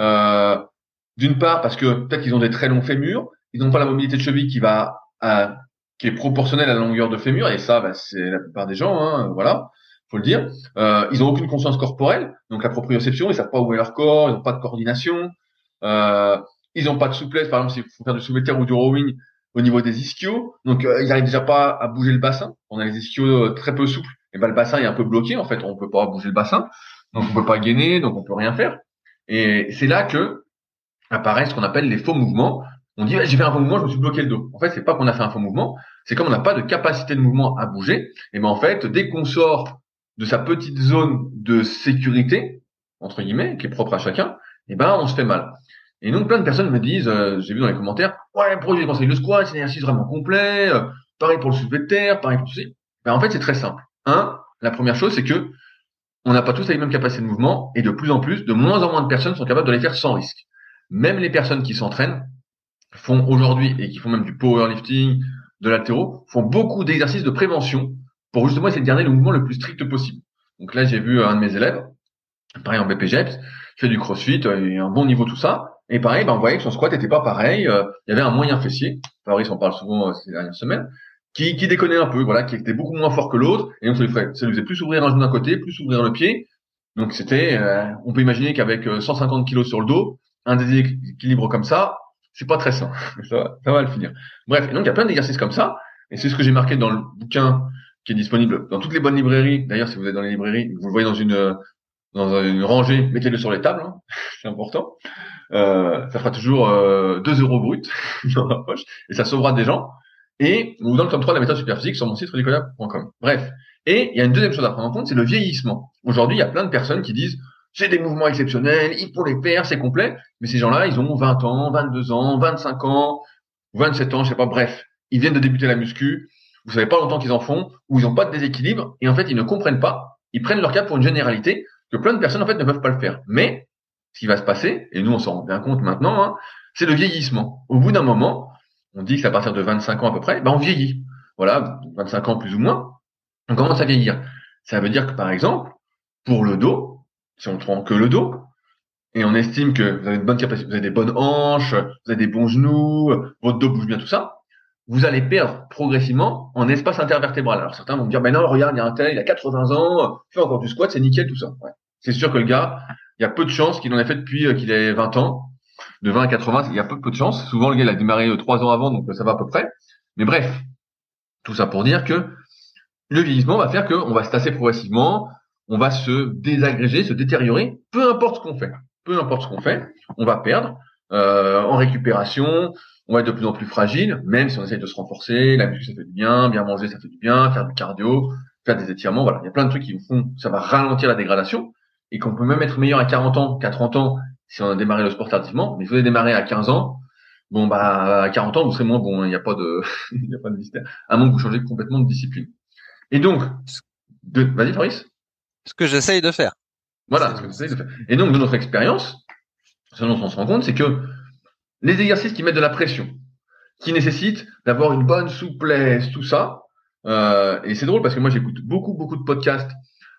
Speaker 1: D'une part parce que peut-être qu'ils ont des très longs fémurs, ils n'ont pas la mobilité de cheville qui est proportionnelle à la longueur de fémur, et ça, c'est la plupart des gens, hein, voilà, faut le dire. Ils ont aucune conscience corporelle, donc la proprioception, ils savent pas où est leur corps, ils n'ont pas de coordination, ils n'ont pas de souplesse, par exemple, s'il faut faire du soulevé de terre ou du rowing au niveau des ischios, donc ils n'arrivent déjà pas à bouger le bassin. On a les ischios très peu souples, et le bassin est un peu bloqué, en fait, on peut pas bouger le bassin, donc on peut pas gainer, donc on peut rien faire. Et c'est là que apparaissent ce qu'on appelle les faux mouvements, On dit, j'ai fait un faux mouvement, je me suis bloqué le dos. En fait, c'est pas qu'on a fait un faux mouvement, c'est comme on n'a pas de capacité de mouvement à bouger. Et ben en fait, dès qu'on sort de sa petite zone de sécurité, entre guillemets, qui est propre à chacun, et ben on se fait mal. Et donc plein de personnes me disent, j'ai vu dans les commentaires, ouais, pourquoi j'ai conseillé le squat, c'est un exercice vraiment complet, pareil pour le soulevé de terre, pareil pour ceci. Ben en fait, c'est très simple. La première chose, c'est que on n'a pas tous les mêmes capacités de mouvement, et de plus en plus, de moins en moins de personnes sont capables de les faire sans risque. Même les personnes qui s'entraînent font aujourd'hui, et qui font même du powerlifting, de l'haltéro, font beaucoup d'exercices de prévention pour justement essayer de garder le mouvement le plus strict possible. Donc là, j'ai vu un de mes élèves, pareil en BPGEPS, qui fait du crossfit, et un bon niveau tout ça, et pareil, on voyait que son squat était pas pareil, il y avait un moyen fessier, Fabrice en parle souvent ces dernières semaines, qui déconnait un peu, voilà, qui était beaucoup moins fort que l'autre, et donc ça lui faisait plus ouvrir un genou d'un côté, plus ouvrir le pied. Donc c'était, on peut imaginer qu'avec 150 kilos sur le dos, un déséquilibre comme ça, c'est pas très sain. Ça va le finir. Bref, et donc il y a plein d'exercices comme ça, et c'est ce que j'ai marqué dans le bouquin qui est disponible dans toutes les bonnes librairies. D'ailleurs, si vous êtes dans les librairies, vous le voyez dans une rangée, mettez-le sur les tables, hein, c'est important. Ça fera toujours 2 euros brut dans la poche, et ça sauvera des gens. Et ou dans le tome 3 de la méthode superphysique sur mon site rudicola.com. Bref. Et il y a une deuxième chose à prendre en compte, c'est le vieillissement. Aujourd'hui, il y a plein de personnes qui disent c'est des mouvements exceptionnels, il faut les faire, c'est complet. Mais ces gens-là, ils ont 20 ans, 22 ans, 25 ans, 27 ans, je sais pas, bref. Ils viennent de débuter la muscu, vous savez pas longtemps qu'ils en font, ou ils ont pas de déséquilibre, et en fait, ils ne comprennent pas, ils prennent leur cas pour une généralité, que plein de personnes, en fait, ne peuvent pas le faire. Mais, ce qui va se passer, et nous, on s'en rend bien compte maintenant, hein, c'est le vieillissement. Au bout d'un moment, on dit que c'est à partir de 25 ans à peu près, on vieillit. Voilà, 25 ans plus ou moins, on commence à vieillir. Ça veut dire que, par exemple, pour le dos, si on prend que le dos, et on estime que vous avez une bonne capacité, vous avez des bonnes hanches, vous avez des bons genoux, votre dos bouge bien, tout ça, vous allez perdre progressivement en espace intervertébral. Alors certains vont me dire, non, regarde, il y a un tel, il a 80 ans, fait encore du squat, c'est nickel, tout ça. Ouais. C'est sûr que le gars, il y a peu de chances qu'il en ait fait depuis qu'il ait 20 ans. De 20 à 80, il y a peu de chance. Souvent, le gars, il a démarré 3 ans avant, donc ça va à peu près. Mais bref, tout ça pour dire que le vieillissement va faire qu'on va se tasser progressivement, on va se désagréger, se détériorer, peu importe ce qu'on fait. Peu importe ce qu'on fait, on va perdre en récupération, on va être de plus en plus fragile, même si on essaye de se renforcer, la muscu ça fait du bien manger ça fait du bien, faire du cardio, faire des étirements, voilà. Il y a plein de trucs qui font, ça va ralentir la dégradation, et qu'on peut même être meilleur à 40 ans qu'à 30 ans si on a démarré le sport tardivement, mais si vous avez démarré à 15 ans, à 40 ans, vous serez moins bon, hein. Il n'y a pas de, il n'y a pas de mystère. À moins que vous changez complètement de discipline. Et donc, vas-y, Fabrice.
Speaker 2: Ce que j'essaye de faire.
Speaker 1: Voilà, ce que j'essaye de faire. Et donc, de notre expérience, ce dont on se rend compte, c'est que les exercices qui mettent de la pression, qui nécessitent d'avoir une bonne souplesse, tout ça, et c'est drôle parce que moi, j'écoute beaucoup de podcasts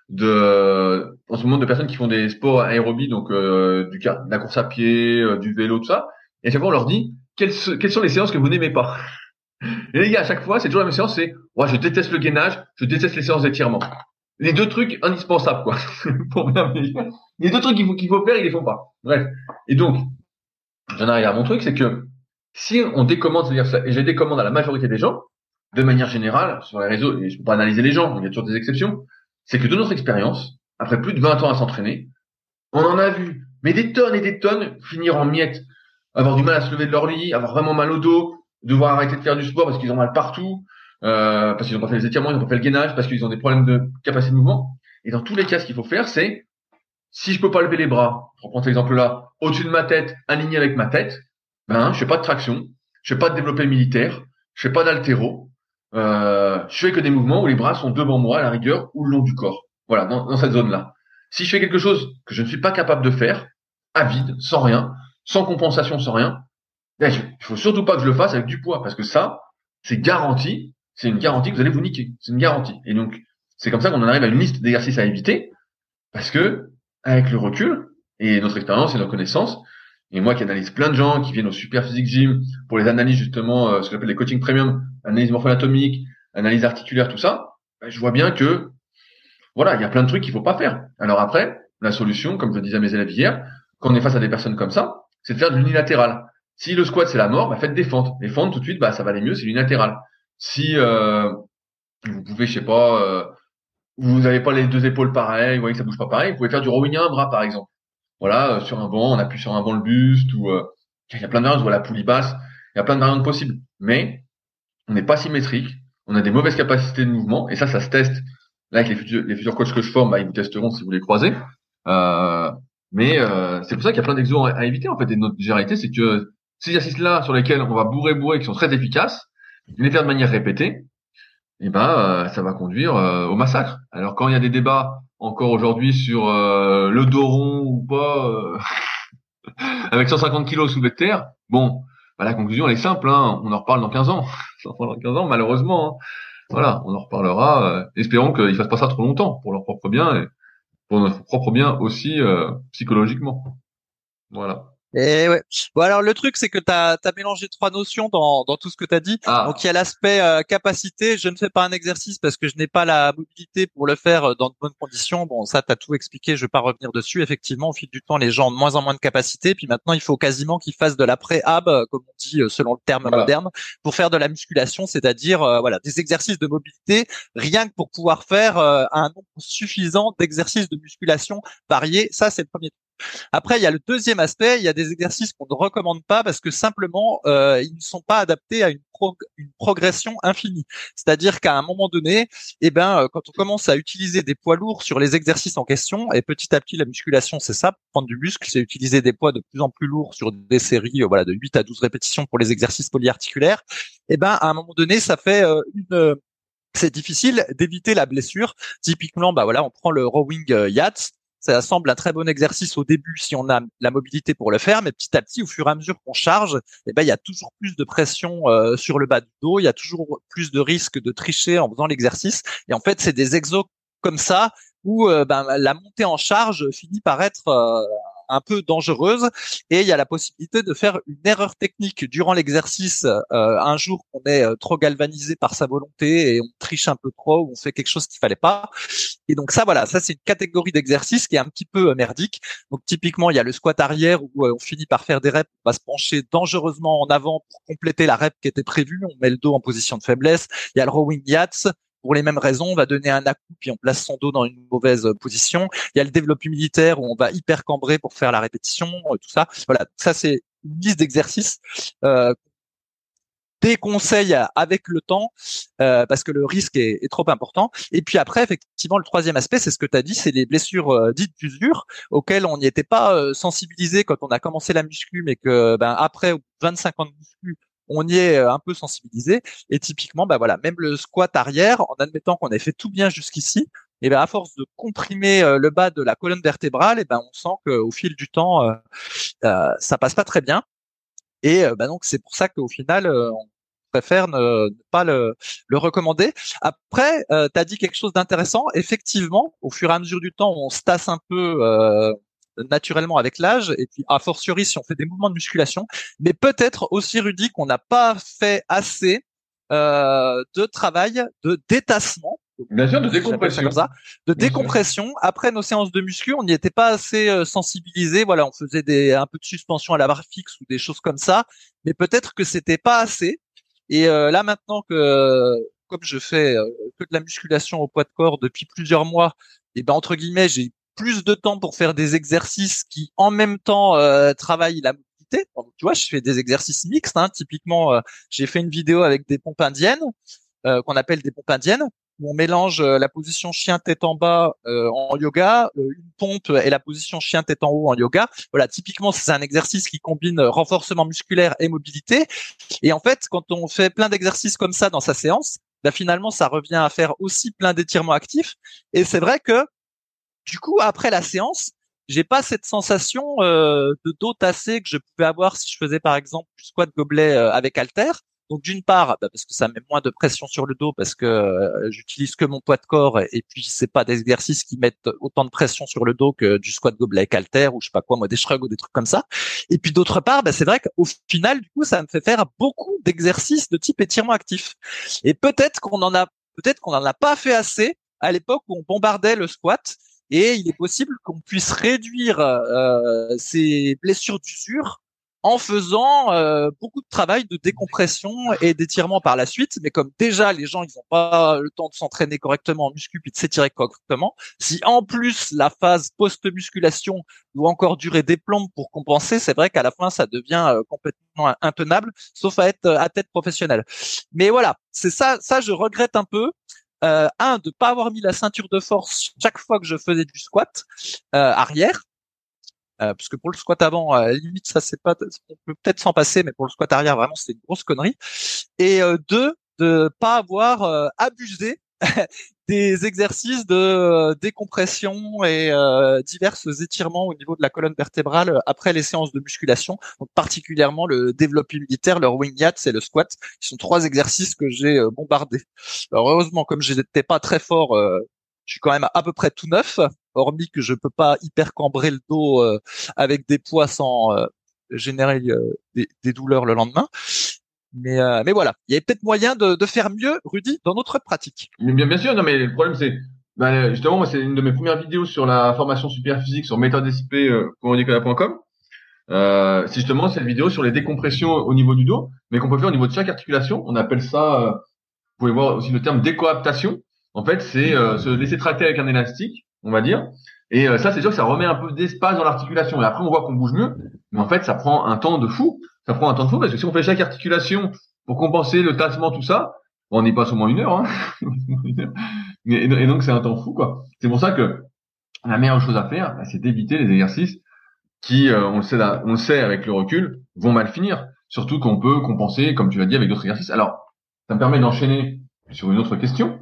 Speaker 1: en ce moment de personnes qui font des sports aérobies, donc de la course à pied, du vélo, tout ça. Et à chaque fois, on leur dit quelles sont les séances que vous n'aimez pas. Et les gars, à chaque fois, c'est toujours la même séance, c'est je déteste le gainage, je déteste les séances d'étirement. Les deux trucs indispensables, quoi. Pour bien vieillir. Les deux trucs qu'il faut faire, ils les font pas. Bref. Et donc, j'en arrive à mon truc, c'est que si on décommande, c'est-à-dire ça, et je décommande à la majorité des gens, de manière générale, sur les réseaux, et je peux pas analyser les gens, il y a toujours des exceptions, c'est que de notre expérience, après plus de 20 ans à s'entraîner, on en a vu, mais des tonnes et des tonnes finir en miettes, avoir du mal à se lever de leur lit, avoir vraiment mal au dos, devoir arrêter de faire du sport parce qu'ils ont mal partout, parce qu'ils n'ont pas fait les étirements, ils n'ont pas fait le gainage, parce qu'ils ont des problèmes de capacité de mouvement. Et dans tous les cas, ce qu'il faut faire, c'est, si je peux pas lever les bras, pour prendre cet exemple-là, au-dessus de ma tête, aligné avec ma tête, je fais pas de traction, je fais pas de développé militaire, je fais pas d'haltéro, je fais que des mouvements où les bras sont devant moi, à la rigueur, ou le long du corps. Voilà, dans cette zone-là. Si je fais quelque chose que je ne suis pas capable de faire, à vide, sans rien, sans compensation, sans rien, il faut surtout pas que je le fasse avec du poids, parce que ça, c'est garanti, c'est une garantie que vous allez vous niquer. C'est une garantie. Et donc, c'est comme ça qu'on en arrive à une liste d'exercices à éviter, parce que, avec le recul, et notre expérience et nos connaissances, et moi qui analyse plein de gens qui viennent au Super Physique Gym pour les analyses justement, ce qu'on appelle les coaching premium, analyse morpho-anatomique, analyse articulaire, tout ça, je vois bien que, voilà, il y a plein de trucs qu'il faut pas faire. Alors après, la solution, comme je disais à mes élèves hier, quand on est face à des personnes comme ça, c'est de faire de l'unilatéral. Si le squat c'est la mort, faites des fentes. Les fentes tout de suite, ça va aller mieux, c'est l'unilatéral. Si vous pouvez, je sais pas, vous n'avez pas les deux épaules pareilles, vous voyez que ça bouge pas pareil, vous pouvez faire du rowing à un bras par exemple. Voilà, sur un banc, on appuie sur un banc le buste, ou il y a plein de variantes, voilà, poulie basse. Il y a plein de variantes possibles. Mais on n'est pas symétrique, on a des mauvaises capacités de mouvement, et ça se teste. Là, avec les futurs coachs que je forme, ils vous testeront si vous les croisez. Mais c'est pour ça qu'il y a plein d'exos à éviter, en fait. Et notre généralité, c'est que ces exercices-là, sur lesquels on va bourrer, qui sont très efficaces, les faire de manière répétée, et ça va conduire au massacre. Alors quand il y a des débats encore aujourd'hui sur le dos rond ou pas, avec 150 kilos sous de terre, bon, la conclusion elle est simple, hein, on en reparle dans 15 ans. Dans 15 ans, malheureusement. Hein. Voilà, on en reparlera. Espérons qu'ils fassent pas ça trop longtemps pour leur propre bien et pour notre propre bien aussi psychologiquement. Voilà.
Speaker 2: Et ouais. Bon alors le truc c'est que t'as mélangé trois notions dans tout ce que t'as dit. Donc il y a l'aspect capacité. Je ne fais pas un exercice parce que je n'ai pas la mobilité pour le faire dans de bonnes conditions. Bon ça t'as tout expliqué. Je vais pas revenir dessus. Effectivement au fil du temps les gens ont de moins en moins de capacité. Puis maintenant il faut quasiment qu'ils fassent de la pré-ab comme on dit selon le terme moderne pour faire de la musculation, c'est-à-dire voilà des exercices de mobilité rien que pour pouvoir faire un nombre suffisant d'exercices de musculation variés. Ça c'est le premier. Après, il y a le deuxième aspect, il y a des exercices qu'on ne recommande pas parce que simplement, ils ne sont pas adaptés à une progression infinie. C'est-à-dire qu'à un moment donné, quand on commence à utiliser des poids lourds sur les exercices en question, et petit à petit, la musculation, c'est ça, prendre du muscle, c'est utiliser des poids de plus en plus lourds sur des séries, de 8 à 12 répétitions pour les exercices polyarticulaires, à un moment donné, ça fait c'est difficile d'éviter la blessure. Typiquement, on prend le rowing yacht. Ça semble un très bon exercice au début si on a la mobilité pour le faire, mais petit à petit, au fur et à mesure qu'on charge, il y a toujours plus de pression sur le bas du dos, il y a toujours plus de risque de tricher en faisant l'exercice. Et en fait, c'est des exos comme ça où la montée en charge finit par être un peu dangereuse et il y a la possibilité de faire une erreur technique durant l'exercice un jour qu'on est trop galvanisé par sa volonté et on triche un peu trop ou on fait quelque chose qu'il fallait pas. Et donc ça c'est une catégorie d'exercice qui est un petit peu merdique. Donc typiquement il y a le squat arrière où on finit par faire des reps, on va se pencher dangereusement en avant pour compléter la rep qui était prévue, on met le dos en position de faiblesse. Il y a le rowing yachts. Pour les mêmes raisons, on va donner un à-coup puis on place son dos dans une mauvaise position. Il y a le développé militaire où on va hyper cambrer pour faire la répétition, tout ça. Voilà, ça c'est une liste d'exercices déconseille avec le temps parce que le risque est trop important. Et puis après, effectivement, le troisième aspect, c'est ce que tu as dit, c'est les blessures dites d'usure auxquelles on n'y était pas sensibilisé quand on a commencé la muscu, mais que après 25 ans de muscu, on y est un peu sensibilisé. Et typiquement, même le squat arrière, en admettant qu'on ait fait tout bien jusqu'ici, et à force de comprimer le bas de la colonne vertébrale, on sent qu'au fil du temps, ça passe pas très bien. Et donc c'est pour ça qu'au final, on préfère ne pas le recommander. Après, tu as dit quelque chose d'intéressant. Effectivement, au fur et à mesure du temps, on se tasse un peu naturellement avec l'âge, et puis a fortiori si on fait des mouvements de musculation. Mais peut-être aussi, Rudy, qu'on n'a pas fait assez de travail de détassement.
Speaker 1: Bien sûr, de décompression.
Speaker 2: Comme ça, de décompression. Après nos séances de muscu, on n'y était pas assez sensibilisé. Voilà, on faisait un peu de suspension à la barre fixe ou des choses comme ça, mais peut-être que c'était pas assez. Et là maintenant que comme je fais que de la musculation au poids de corps depuis plusieurs mois, et entre guillemets, j'ai plus de temps pour faire des exercices qui en même temps travaillent la mobilité. Donc, tu vois, je fais des exercices mixtes. Typiquement, j'ai fait une vidéo avec des pompes indiennes qu'on appelle des pompes indiennes, où on mélange la position chien tête en bas en yoga, une pompe et la position chien tête en haut en yoga. Voilà, typiquement c'est un exercice qui combine renforcement musculaire et mobilité. Et en fait, quand on fait plein d'exercices comme ça dans sa séance, finalement ça revient à faire aussi plein d'étirements actifs. Et c'est vrai que du coup après la séance, j'ai pas cette sensation de dos tassé que je pouvais avoir si je faisais par exemple du squat gobelet avec haltère. Donc d'une part, parce que ça met moins de pression sur le dos, parce que j'utilise que mon poids de corps, et puis c'est pas des exercices qui mettent autant de pression sur le dos que du squat gobelet avec haltère ou je sais pas quoi, moi des shrugs ou des trucs comme ça. Et puis d'autre part, c'est vrai qu'au final, du coup, ça me fait faire beaucoup d'exercices de type étirement actif. Et peut-être qu'on en a pas fait assez à l'époque où on bombardait le squat. Et il est possible qu'on puisse réduire ces blessures d'usure en faisant beaucoup de travail de décompression et d'étirement par la suite. Mais comme déjà les gens ils n'ont pas le temps de s'entraîner correctement en muscu puis de s'étirer correctement, si en plus la phase post-musculation doit encore durer des plombes pour compenser, c'est vrai qu'à la fin ça devient complètement intenable, sauf à être athlète professionnel. Mais voilà, c'est ça je regrette un peu. De pas avoir mis la ceinture de force chaque fois que je faisais du squat arrière. Parce que pour le squat avant, limite ça c'est pas, on peut peut-être s'en passer, mais pour le squat arrière vraiment c'était une grosse connerie. Et deux, de pas avoir abusé des exercices de décompression et divers étirements au niveau de la colonne vertébrale après les séances de musculation, donc particulièrement le développé militaire, le rowing yats et le squat, qui sont trois exercices que j'ai bombardés. Alors heureusement, comme je n'étais pas très fort, je suis quand même à peu près tout neuf, hormis que je peux pas hyper cambrer le dos avec des poids sans générer des douleurs le lendemain. Mais voilà, il y avait peut-être moyen de faire mieux, Rudy, dans notre pratique.
Speaker 1: Mais bien sûr, non, mais le problème, c'est, justement, moi, c'est une de mes premières vidéos sur la formation super physique sur méthodesp.com. C'est justement cette vidéo sur les décompressions au niveau du dos, mais qu'on peut faire au niveau de chaque articulation. On appelle ça, vous pouvez voir aussi le terme décoaptation. En fait, c'est se laisser tracter avec un élastique, on va dire. Et ça, c'est sûr que ça remet un peu d'espace dans l'articulation. Et après, on voit qu'on bouge mieux. Mais en fait, ça prend un temps de fou. Ça prend un temps de fou parce que si on fait chaque articulation pour compenser le tassement, tout ça, on y passe au moins une heure. Hein. Et donc, c'est un temps fou, quoi. C'est pour ça que la meilleure chose à faire, c'est d'éviter les exercices qui, on le sait avec le recul, vont mal finir. Surtout qu'on peut compenser, comme tu l'as dit, avec d'autres exercices. Alors, ça me permet d'enchaîner sur une autre question.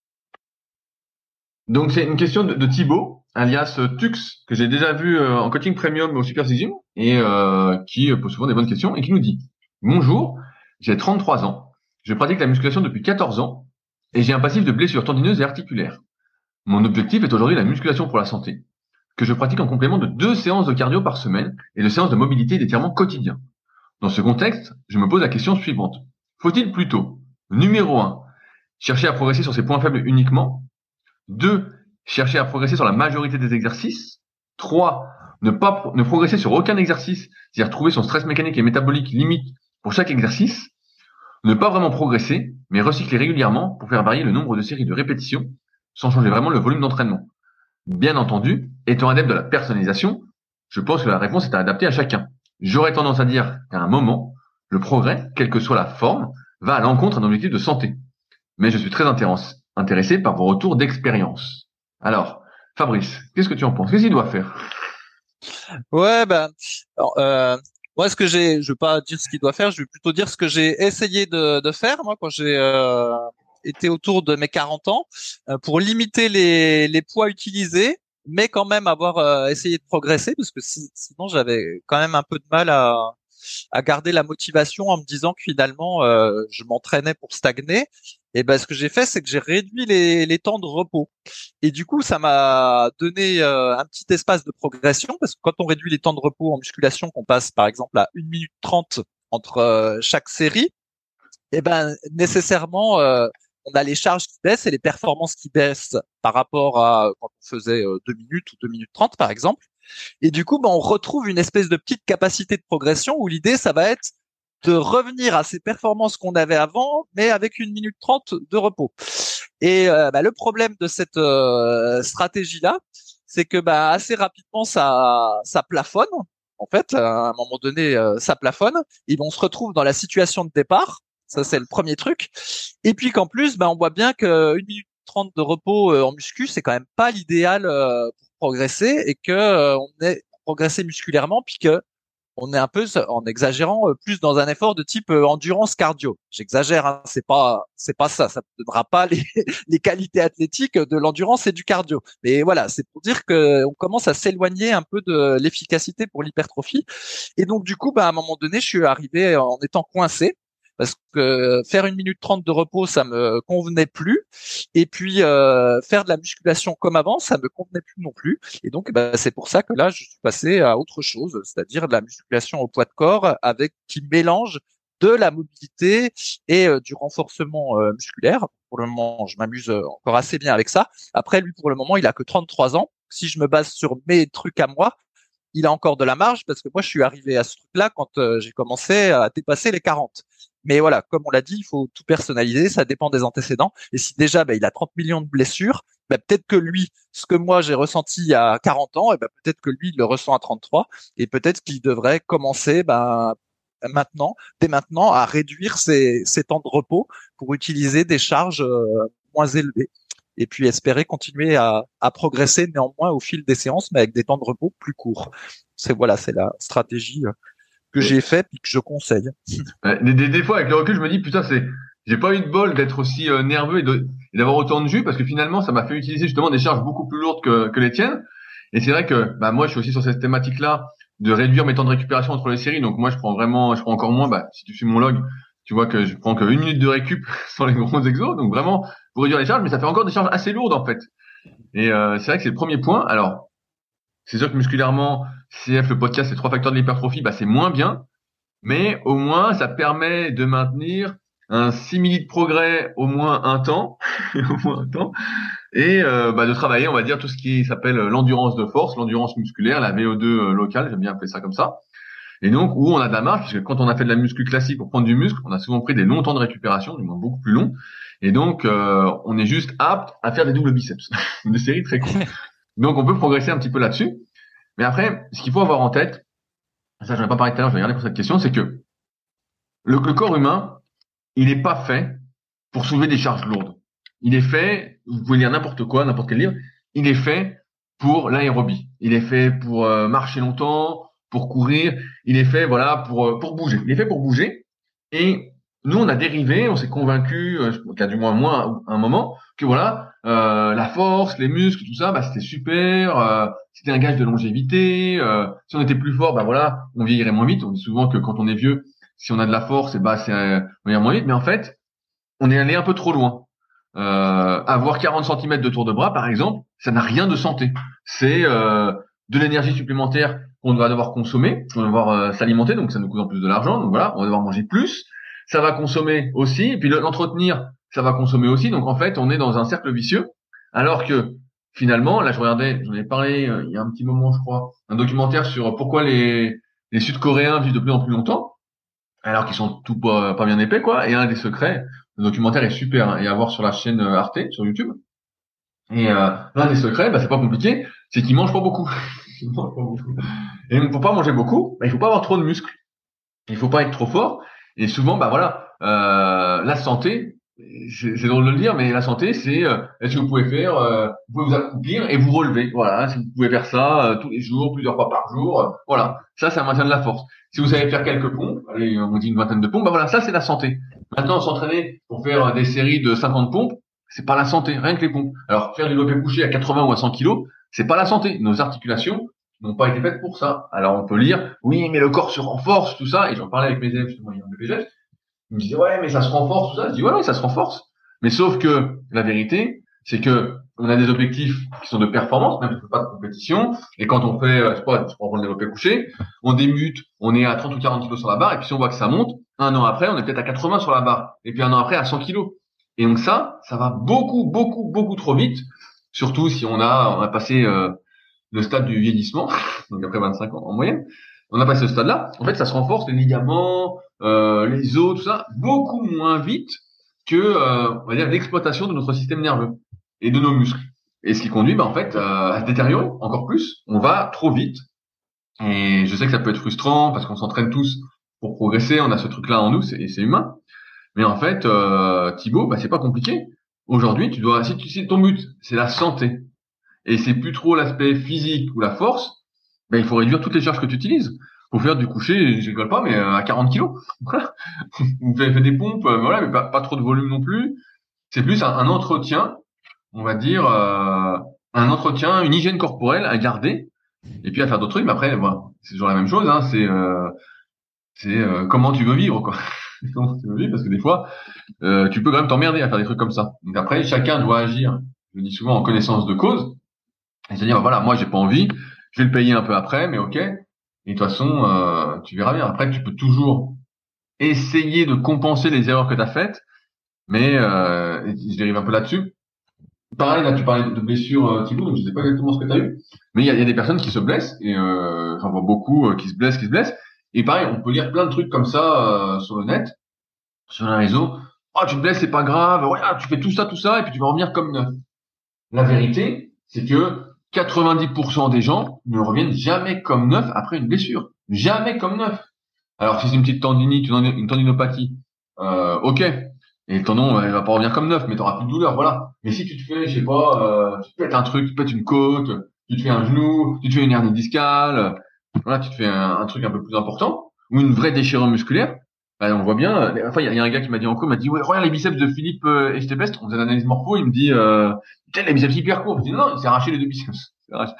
Speaker 1: Donc, c'est une question de Thibaut, alias Tux, que j'ai déjà vu en coaching premium au Super Gym, et qui pose souvent des bonnes questions, et qui nous dit « Bonjour, j'ai 33 ans, je pratique la musculation depuis 14 ans, et j'ai un passif de blessures tendineuses et articulaires. Mon objectif est aujourd'hui la musculation pour la santé, que je pratique en complément de 2 séances de cardio par semaine et de séances de mobilité et d'étirement quotidien. Dans ce contexte, je me pose la question suivante. Faut-il plutôt, numéro 1, chercher à progresser sur ses points faibles uniquement, 2, chercher à progresser sur la majorité des exercices, 3, ne progresser sur aucun exercice, c'est-à-dire trouver son stress mécanique et métabolique limite pour chaque exercice, ne pas vraiment progresser, mais recycler régulièrement pour faire varier le nombre de séries de répétitions sans changer vraiment le volume d'entraînement. Bien entendu, étant adepte de la personnalisation, je pense que la réponse est à adapter à chacun. J'aurais tendance à dire qu'à un moment, le progrès, quelle que soit la forme, va à l'encontre d'un objectif de santé. Mais je suis très intéressé par vos retours d'expérience. Alors, Fabrice, qu'est-ce que tu en penses? Qu'est-ce qu'il doit faire?
Speaker 2: Ouais, moi, je vais pas dire ce qu'il doit faire, je vais plutôt dire ce que j'ai essayé de faire, moi, quand j'ai été autour de mes 40 ans, pour limiter les poids utilisés, mais quand même avoir essayé de progresser, parce que sinon j'avais quand même un peu de mal à garder la motivation en me disant que finalement je m'entraînais pour stagner. Et ben ce que j'ai fait, c'est que j'ai réduit les temps de repos. Et du coup, ça m'a donné un petit espace de progression, parce que quand on réduit les temps de repos en musculation, qu'on passe par exemple à 1 minute 30 entre chaque série, et ben nécessairement on a les charges qui baissent et les performances qui baissent par rapport à quand on faisait 2 minutes ou 2 minutes 30 par exemple. Et du coup, ben, on retrouve une espèce de petite capacité de progression où l'idée, ça va être de revenir à ces performances qu'on avait avant, mais avec 1 minute 30 de repos. Et le problème de cette stratégie-là, c'est que assez rapidement, ça plafonne. En fait, à un moment donné, ça plafonne. Et on se retrouve dans la situation de départ. Ça, c'est le premier truc. Et puis qu'en plus, on voit bien que 1 minute 30 de repos en muscu, c'est quand même pas l'idéal pour progresser et que on est progressé musculairement, puis que on est un peu, en exagérant, plus dans un effort de type endurance cardio. J'exagère, hein, c'est pas ça. Ça ne donnera pas les qualités athlétiques de l'endurance et du cardio. Mais voilà, c'est pour dire que on commence à s'éloigner un peu de l'efficacité pour l'hypertrophie. Et donc du coup, à un moment donné, je suis arrivé en étant coincé. Parce que faire 1 minute 30 de repos, ça me convenait plus. Et puis faire de la musculation comme avant, ça me convenait plus non plus. Et donc c'est pour ça que là, je suis passé à autre chose, c'est-à-dire de la musculation au poids de corps avec qui mélange de la mobilité et du renforcement musculaire. Pour le moment, je m'amuse encore assez bien avec ça. Après, lui, pour le moment, il a que 33 ans. Si je me base sur mes trucs à moi, il a encore de la marge parce que moi, je suis arrivé à ce truc-là quand j'ai commencé à dépasser les 40. Mais voilà, comme on l'a dit, il faut tout personnaliser, ça dépend des antécédents. Et si déjà, il a 30 millions de blessures, peut-être que lui, ce que moi j'ai ressenti à 40 ans, et peut-être que lui, il le ressent à 33, et peut-être qu'il devrait commencer, maintenant, dès maintenant, à réduire ses temps de repos pour utiliser des charges moins élevées. Et puis espérer continuer à progresser néanmoins au fil des séances, mais avec des temps de repos plus courts. C'est la stratégie que j'ai fait et que je conseille.
Speaker 1: Des fois, avec le recul, je me dis, putain, j'ai pas eu de bol d'être aussi nerveux et d'avoir autant de jus parce que finalement, ça m'a fait utiliser justement des charges beaucoup plus lourdes que les tiennes. Et c'est vrai que, moi, je suis aussi sur cette thématique-là de réduire mes temps de récupération entre les séries. Donc moi, je prends encore moins. Si tu suis mon log, tu vois que je prends que 1 minute de récup sur les gros exos. Donc vraiment, pour réduire les charges, mais ça fait encore des charges assez lourdes, en fait. Et c'est vrai que c'est le premier point. Alors, c'est sûr que musculairement, CF, le podcast, les 3 facteurs de l'hypertrophie, c'est moins bien. Mais au moins, ça permet de maintenir un simili de progrès au moins un temps, au moins un temps, et de travailler, on va dire, tout ce qui s'appelle l'endurance de force, l'endurance musculaire, la VO2 locale, j'aime bien appeler ça comme ça. Et donc, où on a de la marge, puisque quand on a fait de la muscu classique pour prendre du muscle, on a souvent pris des longs temps de récupération, du moins beaucoup plus longs, et donc on est juste apte à faire des doubles biceps, des séries très courtes. Donc, on peut progresser un petit peu là-dessus. Mais après, ce qu'il faut avoir en tête, ça je n'en ai pas parlé tout à l'heure, je vais regarder pour cette question, c'est que le corps humain, il n'est pas fait pour soulever des charges lourdes. Il est fait, vous pouvez lire n'importe quoi, n'importe quel livre, il est fait pour l'aérobie. Il est fait pour marcher longtemps, pour courir, il est fait pour bouger. Il est fait pour bouger. Et nous, on a dérivé, on s'est convaincu, qu'il y a du moins moi un moment, que la force, les muscles, tout ça, c'était super, c'était un gage de longévité. Si on était plus fort, on vieillirait moins vite. On dit souvent que quand on est vieux, si on a de la force, on vieillit moins vite. Mais en fait, on est allé un peu trop loin. Avoir 40 cm de tour de bras, par exemple, ça n'a rien de santé. C'est de l'énergie supplémentaire qu'on va devoir consommer, on va devoir s'alimenter, donc ça nous coûte en plus de l'argent. Donc voilà, on va devoir manger plus. Ça va consommer aussi, et puis l'entretenir, ça va consommer aussi. Donc en fait, on est dans un cercle vicieux. Alors que finalement, là, j'en ai parlé il y a un petit moment, je crois, un documentaire sur pourquoi les Sud-Coréens vivent de plus en plus longtemps, alors qu'ils sont tout pas bien épais, quoi. Et un des secrets, le documentaire est super, et à voir sur la chaîne Arte, sur YouTube. Et l'un des secrets, c'est pas compliqué, c'est qu'ils mangent pas beaucoup. Ils mangent pas beaucoup. Et pour pas manger beaucoup, il faut pas avoir trop de muscles. Il faut pas être trop fort. Et souvent, la santé, c'est drôle de le dire, mais la santé, c'est est-ce que vous pouvez vous pouvez vous accroupir et vous relever. Voilà, si vous pouvez faire ça tous les jours, plusieurs fois par jour, voilà, ça maintient de la force. Si vous savez faire quelques pompes, allez, on dit une vingtaine de pompes, ça c'est la santé. Maintenant, s'entraîner pour faire des séries de 50 pompes, c'est pas la santé, rien que les pompes. Alors faire du développé couché à 80 ou à 100 kilos, c'est pas la santé. Nos articulations n'ont pas été faites pour ça. Alors on peut lire, oui, mais le corps se renforce, tout ça, et j'en parlais avec mes élèves justement hier en BPGF, ils me disaient, ouais, mais ça se renforce, tout ça. Je dis, ouais, ça se renforce. Mais sauf que la vérité, c'est que on a des objectifs qui sont de performance, même si on fait pas de compétition, et quand on fait, je prends le développé couché, on débute, on est à 30 ou 40 kilos sur la barre, et puis si on voit que ça monte, un an après, on est peut-être à 80 sur la barre, et puis un an après à 100 kilos. Et donc ça va beaucoup, beaucoup, beaucoup trop vite, surtout si on a passé le stade du vieillissement, donc après 25 ans en moyenne, on a passé ce stade-là, en fait, ça se renforce, les ligaments, les os, tout ça, beaucoup moins vite que, on va dire, l'exploitation de notre système nerveux et de nos muscles. Et ce qui conduit, en fait, à se détériorer encore plus. On va trop vite. Et je sais que ça peut être frustrant parce qu'on s'entraîne tous pour progresser, on a ce truc-là en nous, c'est humain. Mais en fait, Thibaut, c'est pas compliqué. Aujourd'hui, si ton but, c'est la santé, et c'est plus trop l'aspect physique ou la force, il faut réduire toutes les charges que tu utilises. Faut faire du coucher, je rigole pas, mais à 40 kilos. Voilà. Vous faites des pompes, mais pas trop de volume non plus. C'est plus un entretien, on va dire, un entretien, une hygiène corporelle à garder, et puis à faire d'autres trucs. Mais après, c'est toujours la même chose. Hein, c'est comment tu veux vivre, quoi. Comment tu veux vivre, parce que des fois, tu peux quand même t'emmerder à faire des trucs comme ça. Donc après, chacun doit agir. Je le dis souvent en connaissance de cause, et se dire, moi j'ai pas envie, je vais le payer un peu après, mais ok. Et de toute façon, tu verras bien. Après, tu peux toujours essayer de compenser les erreurs que tu as faites, mais je dérive un peu là-dessus. pareil, là, tu parlais de blessures, Thibaut, donc je sais pas exactement ce que tu as eu. Mais il y a des personnes qui se blessent, et j'en vois beaucoup qui se blessent. Et pareil, on peut lire plein de trucs comme ça sur le net, sur les réseaux. Oh, tu te blesses, c'est pas grave. Regarde, tu fais tout ça, et puis tu vas revenir comme neuf. La vérité, c'est que 90% des gens ne reviennent jamais comme neuf après une blessure. Jamais comme neuf. Alors, si c'est une petite tendinite, une tendinopathie, ok. Et le tendon, il va pas revenir comme neuf, mais t'auras plus de douleur, voilà. Mais si tu te fais, je sais pas, tu te pètes un truc, tu te pètes une côte, tu te fais un genou, tu te fais une hernie discale, voilà, tu te fais un truc un peu plus important, ou une vraie déchirure musculaire, bah, on voit bien. Enfin, il y a un gars qui m'a dit en cours, il m'a dit, ouais, regarde les biceps de Philippe Etchebest, on faisait l'analyse morpho, il me dit, putain, les biceps hyper courts. Je dis, non, il s'est arraché les deux biceps.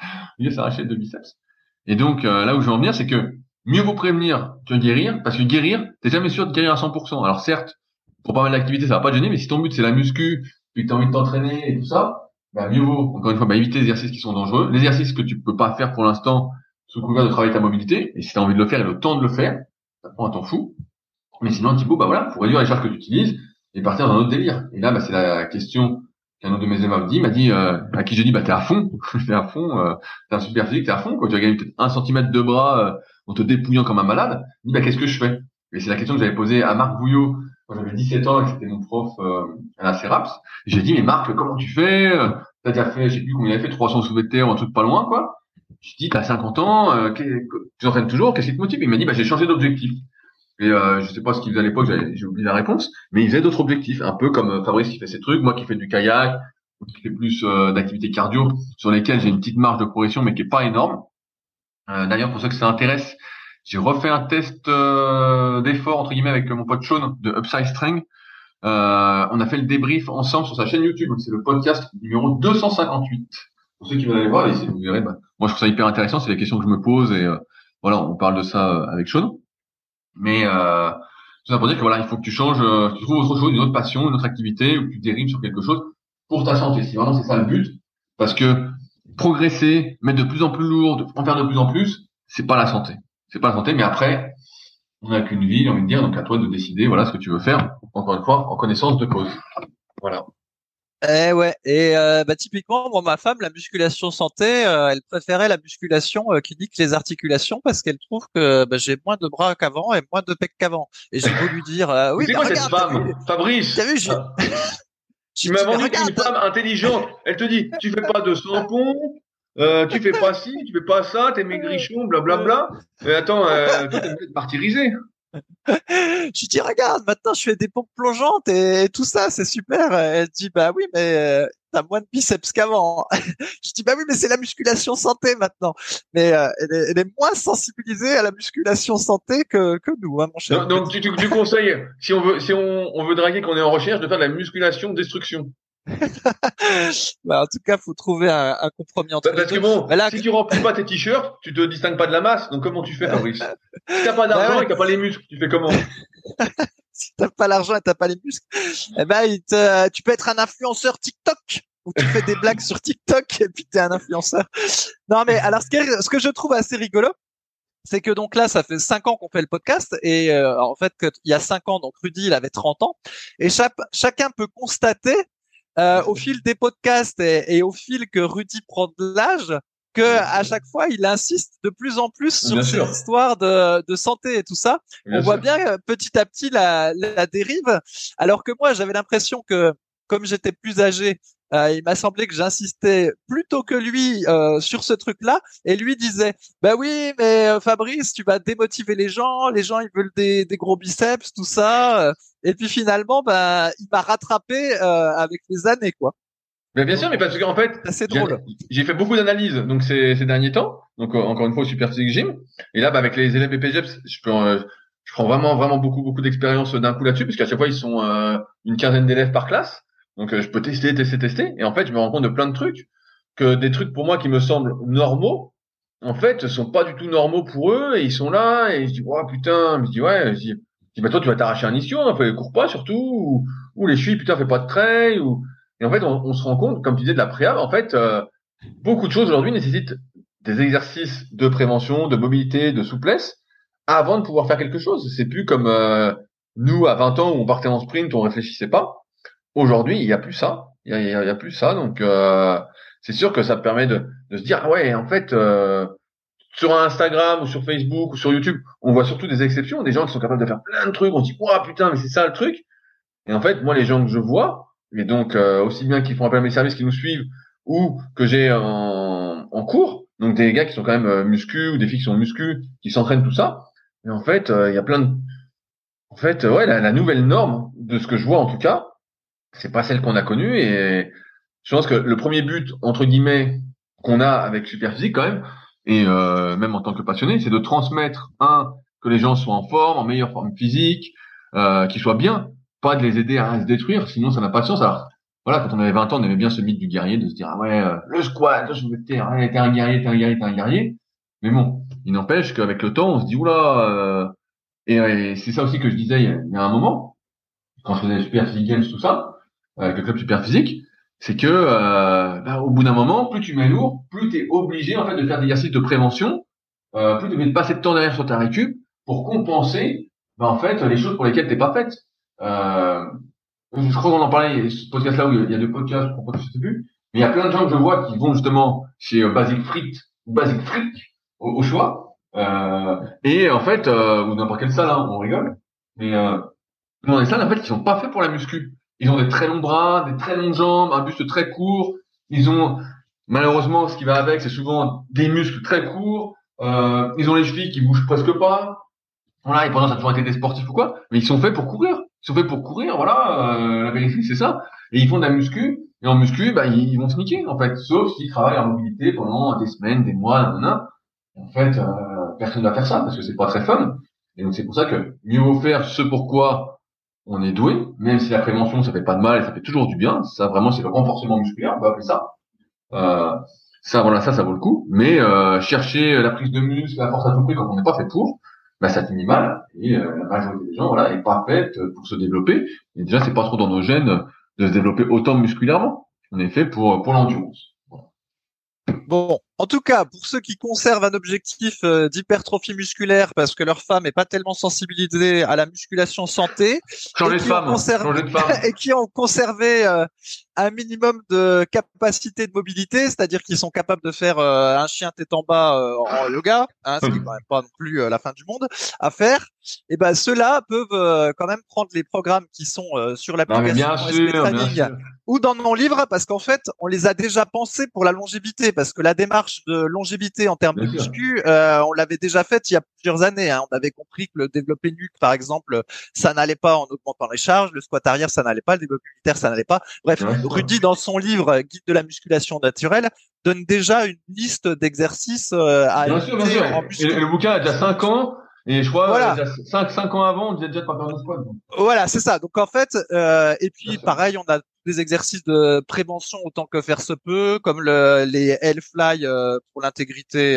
Speaker 1: Il s'est arraché les deux biceps. Et donc, là où je veux en venir, c'est que mieux vaut prévenir que guérir, parce que guérir, t'es jamais sûr de guérir à 100%. Alors certes, pour pas mal d'activités, ça va pas te gêner, mais si ton but c'est la muscu, puis que t'as envie de t'entraîner et tout ça, bah mieux vaut, encore une fois, bah, éviter les exercices qui sont dangereux, l'exercice que tu peux pas faire pour l'instant sous couvert de travailler ta mobilité, et si t'as envie de le faire et le temps de le faire, ça prend un temps fou. Mais sinon, Thibaut, bah voilà, faut réduire les charges que tu utilises et partir dans un autre délire. Et là, bah, c'est la question qu'un autre de mes élèves m'a dit, à qui je dis, bah t'es à fond, t'es à fond, t'es un super physique, t'es à fond, quoi. Tu vas gagner peut-être 1 centimètre de bras en te dépouillant comme un malade. Il dit, bah qu'est-ce que je fais? Et c'est la question que j'avais posée à Marc Bouillot quand j'avais 17 ans et que c'était mon prof à la CERAPS. J'ai dit, mais Marc, comment tu fais? T'as déjà fait, je sais plus combien il avait fait, 300 soulevés de terre ou un truc pas loin, quoi. Je dis, t'as 50 ans, tu t'entraînes toujours, qu'est-ce qui te motive? Il m'a dit, bah j'ai changé d'objectif. Et je sais pas ce qu'il faisait à l'époque, j'ai oublié la réponse, mais il faisait d'autres objectifs, un peu comme Fabrice qui fait ses trucs, moi qui fais du kayak, qui fait plus d'activités cardio, sur lesquelles j'ai une petite marge de progression, mais qui est pas énorme. D'ailleurs, pour ceux que ça intéresse, j'ai refait un test d'effort entre guillemets avec mon pote Sean de Upside Strength. On a fait le débrief ensemble sur sa chaîne YouTube, donc c'est le podcast numéro 258. Pour ceux qui veulent aller voir, et vous verrez, bah, moi je trouve ça hyper intéressant, c'est les questions que je me pose et voilà, on parle de ça avec Sean. Mais tout ça pour dire que voilà, il faut que tu changes, tu trouves autre chose, une autre passion, une autre activité, ou que tu dérives sur quelque chose pour ta santé. Si vraiment c'est ça le but, parce que progresser, mettre de plus en plus lourd, en faire de plus en plus, c'est pas la santé. C'est pas la santé, mais après, on n'a qu'une vie, j'ai envie de dire, donc à toi de décider, voilà ce que tu veux faire, encore une fois, en connaissance de cause. Voilà.
Speaker 2: Eh ouais, et bah typiquement, moi, ma femme, la musculation santé, elle préférait la musculation qui nique les articulations parce qu'elle trouve que bah, j'ai moins de bras qu'avant et moins de pecs qu'avant. Et j'ai beau lui dire, oui,
Speaker 1: C'est
Speaker 2: mais
Speaker 1: quoi cette
Speaker 2: regarde,
Speaker 1: femme, Fabrice?
Speaker 2: t'as vu, j'ai,
Speaker 1: Tu
Speaker 2: j'ai
Speaker 1: m'as
Speaker 2: dit, mais
Speaker 1: vendu une
Speaker 2: regarde,
Speaker 1: femme intelligente. Elle te dit, tu fais pas de tampons, tu fais pas ci, tu fais pas ça, t'es maigrichon, blablabla. Attends, toi, t'es obligé de martyriser.
Speaker 2: je dis, regarde, maintenant je fais des pompes plongeantes et tout ça, c'est super. Elle dit, bah oui, mais t'as moins de biceps qu'avant. Je dis, bah oui, mais c'est la musculation santé maintenant. Mais elle est moins sensibilisée à la musculation santé que nous, hein, mon cher
Speaker 1: Donc,
Speaker 2: petit.
Speaker 1: tu conseilles, si on veut draguer qu'on est en recherche, de faire de la musculation destruction.
Speaker 2: Bah, en tout cas, faut trouver un compromis entre les
Speaker 1: Parce que
Speaker 2: deux.
Speaker 1: bon,
Speaker 2: Bah là,
Speaker 1: si tu remplis pas tes t-shirts, tu te distingues pas de la masse. Donc, comment tu fais, Fabrice? Si t'as pas
Speaker 2: bah
Speaker 1: d'argent
Speaker 2: ouais,
Speaker 1: et que t'as pas les muscles, tu fais comment?
Speaker 2: si t'as pas l'argent et t'as pas les muscles, eh ben, tu peux être un influenceur TikTok où tu fais des blagues sur TikTok et puis t'es un influenceur. Non, mais alors, ce que je trouve assez rigolo, c'est que donc là, ça fait 5 ans qu'on fait le podcast et en fait, il y a 5 ans, donc Rudy, il avait 30 ans et chacun peut constater au fil des podcasts et au fil que Rudy prend de l'âge, que à chaque fois, il insiste de plus en plus
Speaker 1: Bien
Speaker 2: sur ces
Speaker 1: sûr,
Speaker 2: histoires de santé et tout ça. On
Speaker 1: bien
Speaker 2: voit
Speaker 1: sûr.
Speaker 2: bien petit à petit la dérive, alors que moi, j'avais l'impression que comme j'étais plus âgé, il m'a semblé que j'insistais plutôt que lui sur ce truc-là, et lui disait, bah oui, mais Fabrice, tu vas démotiver les gens ils veulent des gros biceps, tout ça. Et puis finalement, bah, il m'a rattrapé avec les années, quoi.
Speaker 1: Mais bien sûr,
Speaker 2: Donc
Speaker 1: mais parce qu'en fait,
Speaker 2: c'est assez
Speaker 1: j'ai
Speaker 2: drôle.
Speaker 1: j'ai fait beaucoup d'analyses donc ces derniers temps, donc encore une fois au Super Physique Gym. Et là, bah, avec les élèves BPGEPS, je prends vraiment beaucoup d'expérience d'un coup là-dessus, parce qu'à chaque fois ils sont une quinzaine d'élèves par classe, donc je peux tester. Et en fait, je me rends compte de plein de trucs, que des trucs pour moi qui me semblent normaux, en fait, sont pas du tout normaux pour eux, et ils sont là, et je dis, oh putain, je dis ouais, je dis, bah toi tu vas t'arracher un ischio, hein, cours pas surtout, ou les chevilles, putain, fais pas de trail, ou et en fait, on se rend compte, comme tu disais, de la préhab, en fait, beaucoup de choses aujourd'hui nécessitent des exercices de prévention, de mobilité, de souplesse, avant de pouvoir faire quelque chose. C'est plus comme nous, à 20 ans, où on partait en sprint, on réfléchissait pas. Aujourd'hui, il n'y a plus ça. il y a plus ça. Donc, c'est sûr que ça permet de se dire, ah ouais, en fait, sur Instagram ou sur Facebook ou sur YouTube, on voit surtout des exceptions, des gens qui sont capables de faire plein de trucs. On se dit, ouah, putain, mais c'est ça le truc. Et en fait, moi, les gens que je vois, et donc aussi bien qui font appel à mes services, qui nous suivent, ou que j'ai en cours, donc des gars qui sont quand même muscu ou des filles qui sont muscu, qui s'entraînent tout ça. Et en fait, il y a plein de, en fait, ouais, la nouvelle norme de ce que je vois en tout cas, c'est pas celle qu'on a connue. Et je pense que le premier but entre guillemets qu'on a avec Superphysique quand même, et même en tant que passionné, c'est de transmettre que les gens soient en forme, en meilleure forme physique, qu'ils soient bien, pas de les aider à se détruire, sinon ça n'a pas de sens. Alors voilà, quand on avait 20 ans, on aimait bien ce mythe du guerrier, de se dire ah ouais, le squat, je veux t'es un guerrier, t'es un guerrier, t'es un guerrier. Mais bon, il n'empêche qu'avec le temps, on se dit oula, et c'est ça aussi que je disais il y a un moment, quand je faisais Super Physique Games, tout ça, avec le club Super Physique, c'est que au bout d'un moment, plus tu mets lourd, plus tu es obligé en fait de faire des exercices de prévention, plus tu de passer de temps derrière sur ta récup pour compenser en fait les choses pour lesquelles t'es pas faite. Euh, je crois qu'on en parlait ce podcast-là où il y a deux podcasts, je crois que je sais plus, mais il y a plein de gens que je vois qui vont justement chez Basic Fit ou Basic Freak au choix, et en fait ou n'importe quelle salle, hein, on rigole, mais dans des salles en fait qui sont pas faits pour la muscu. Ils ont des très longs bras, des très longues jambes, un buste très court. Ils ont malheureusement ce qui va avec, c'est souvent des muscles très courts. Ils ont les chevilles qui bougent presque pas. Voilà, et pendant ça a toujours été des sportifs ou quoi, mais ils sont faits pour courir. Ils sont faits pour courir, voilà. La vérité c'est ça. Et ils font de la muscu. Et en muscu, bah ils vont se niquer en fait, sauf s'ils travaillent en mobilité pendant des semaines, des mois, nanana. En fait, personne ne va faire ça parce que c'est pas très fun. Et donc c'est pour ça que mieux vaut faire ce pourquoi on est doué, même si la prévention ça fait pas de mal et ça fait toujours du bien. Ça vraiment c'est le renforcement musculaire, on peut appeler ça. Euh, ça voilà, ça vaut le coup. Mais chercher la prise de muscle, la force à tout prix quand on n'est pas fait pour, bah ça finit mal. Et la majorité des gens voilà est pas faite pour se développer. Et déjà c'est pas trop dans nos gènes de se développer autant musculairement. On est fait pour l'endurance. Voilà.
Speaker 2: Bon, en tout cas, pour ceux qui conservent un objectif d'hypertrophie musculaire parce que leur femme est pas tellement sensibilisée à la musculation santé
Speaker 1: Changer de femme, changer de femme.
Speaker 2: et qui ont conservé un minimum de capacité de mobilité, c'est-à-dire qu'ils sont capables de faire un chien tête en bas en yoga, hein, ce qui est quand même pas non plus la fin du monde à faire. Et ben ceux-là peuvent quand même prendre les programmes qui sont sur
Speaker 1: Non mais
Speaker 2: l'application SP
Speaker 1: bien
Speaker 2: Training
Speaker 1: sûr.
Speaker 2: ou dans mon livre parce qu'en fait, on les a déjà pensés pour la longévité parce que la démarche de longévité en termes de
Speaker 1: Bien sûr.
Speaker 2: muscu, on l'avait déjà faite il y a plusieurs années. Hein. On avait compris que le développé nuque, par exemple, ça n'allait pas en augmentant les charges, le squat arrière, ça n'allait pas, le développé militaire, ça n'allait pas. Bref,
Speaker 1: Bien sûr.
Speaker 2: Rudy, dans son livre Guide de la musculation naturelle, donne déjà une liste d'exercices à
Speaker 1: Bien
Speaker 2: éviter
Speaker 1: sûr.
Speaker 2: en
Speaker 1: Et
Speaker 2: muscu.
Speaker 1: le bouquin a déjà 5 ans, et je crois,
Speaker 2: Voilà.
Speaker 1: déjà 5 ans avant, on disait déjà de pas faire de squat. Donc.
Speaker 2: Voilà, c'est ça. Donc en fait, et
Speaker 1: Bien
Speaker 2: puis
Speaker 1: sûr.
Speaker 2: pareil, on a des exercices de prévention autant que faire se peut, comme les L-fly pour l'intégrité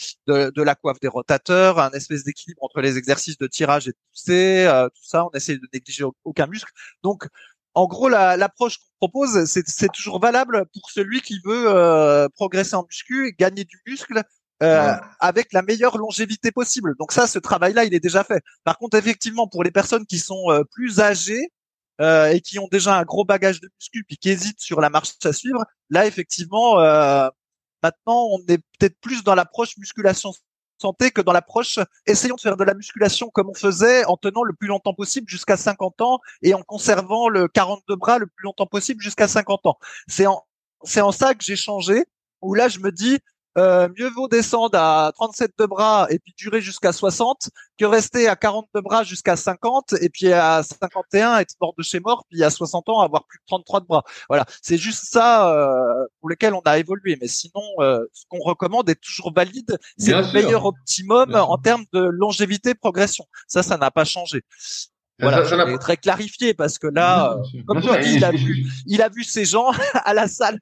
Speaker 2: de la coiffe des rotateurs, un espèce d'équilibre entre les exercices de tirage et de poussée, tout ça. On essaie de négliger aucun muscle. Donc en gros, l'approche qu'on propose, c'est toujours valable pour celui qui veut progresser en muscu et gagner du muscle
Speaker 1: Voilà.
Speaker 2: avec la meilleure longévité possible. Donc ça, ce travail-là, il est déjà fait. Par contre, effectivement, pour les personnes qui sont plus âgées et qui ont déjà un gros bagage de muscu puis qui hésitent sur la marche à suivre, là, effectivement, maintenant, on est peut-être plus dans l'approche musculation santé que dans l'approche essayons de faire de la musculation comme on faisait en tenant le plus longtemps possible jusqu'à 50 ans et en conservant le 42 bras le plus longtemps possible jusqu'à 50 ans. C'est en ça que j'ai changé, où là, je me dis, mieux vaut descendre à 37 de bras et puis durer jusqu'à 60 que rester à 40 de bras jusqu'à 50 et puis à 51 être mort de chez mort puis à 60 ans avoir plus de 33 de bras. Voilà, c'est juste ça pour lequel on a évolué. Mais sinon, ce qu'on recommande est toujours valide. C'est
Speaker 1: Bien
Speaker 2: le meilleur
Speaker 1: sûr.
Speaker 2: optimum
Speaker 1: Bien sûr.
Speaker 2: en termes de longévité progression. Ça n'a pas changé. Voilà,
Speaker 1: Ça
Speaker 2: je
Speaker 1: n'a
Speaker 2: voulais
Speaker 1: pas.
Speaker 2: très clarifier parce que
Speaker 1: Bien
Speaker 2: là,
Speaker 1: sûr, bien sûr.
Speaker 2: comme
Speaker 1: Bien sûr.
Speaker 2: Rudy, il a vu ces gens à la salle.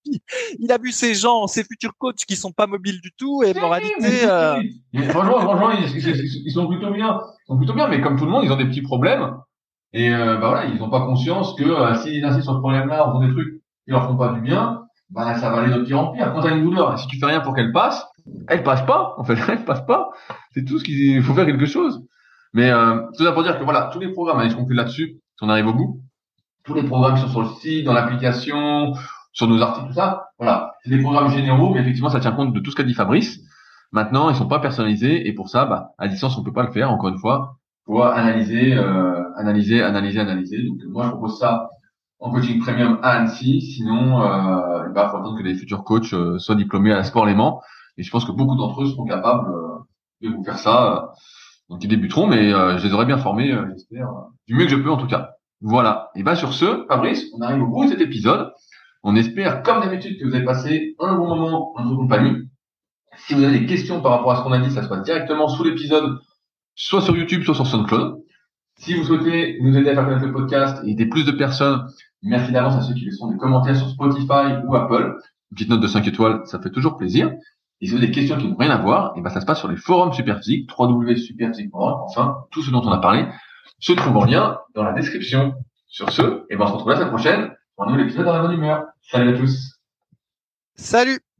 Speaker 2: Il a vu ces gens, ces futurs coachs qui sont pas mobiles du tout et
Speaker 1: Si, mais
Speaker 2: moralité,
Speaker 1: si. Et franchement, ils sont plutôt bien. Ils sont plutôt bien, mais comme tout le monde, ils ont des petits problèmes. Et bah voilà, ils n'ont pas conscience que s'ils insistent sur ce problème-là, en faisant des trucs qui leur font pas du bien, bah ça va aller de pire en pire. Quand t'as une douleur, si tu fais rien pour qu'elle passe, elle passe pas. En fait, elle passe pas. C'est tout ce qu'il faut faire quelque chose. Mais tout ça pour dire que voilà, tous les programmes, allez, je conclue là-dessus, si on arrive au bout. tous les programmes qui sont sur le site, dans l'application, sur nos articles, tout ça. Voilà. C'est des programmes généraux, mais effectivement, ça tient compte de tout ce qu'a dit Fabrice. Maintenant, ils sont pas personnalisés et pour ça, à distance, on peut pas le faire. Encore une fois, faut analyser. Donc, moi, je propose ça en coaching premium à Annecy. Sinon, il faut attendre que les futurs coachs soient diplômés à la Sport Léman. Et je pense que beaucoup d'entre eux seront capables de vous faire ça. Donc, ils débuteront, mais je les aurai bien formés, j'espère, du mieux que je peux en tout cas. Voilà. Et sur ce, Fabrice, on arrive au bout de cet épisode. On espère, comme d'habitude, que vous avez passé un bon moment en notre compagnie. Si vous avez des questions par rapport à ce qu'on a dit, ça se passe directement sous l'épisode, soit sur YouTube, soit sur SoundCloud. Si vous souhaitez nous aider à faire connaître le podcast et aider plus de personnes, merci d'avance à ceux qui laisseront des commentaires sur Spotify ou Apple. Une petite note de 5 étoiles, ça fait toujours plaisir. Et si vous avez des questions qui n'ont rien à voir, ça se passe sur les forums Superphysique, www.superphysique.org. Enfin, tout ce dont on a parlé se trouve en lien dans la description. Sur ce, on se retrouve la semaine prochaine pour un nouvel épisode dans la bonne humeur. Salut à tous.
Speaker 2: Salut.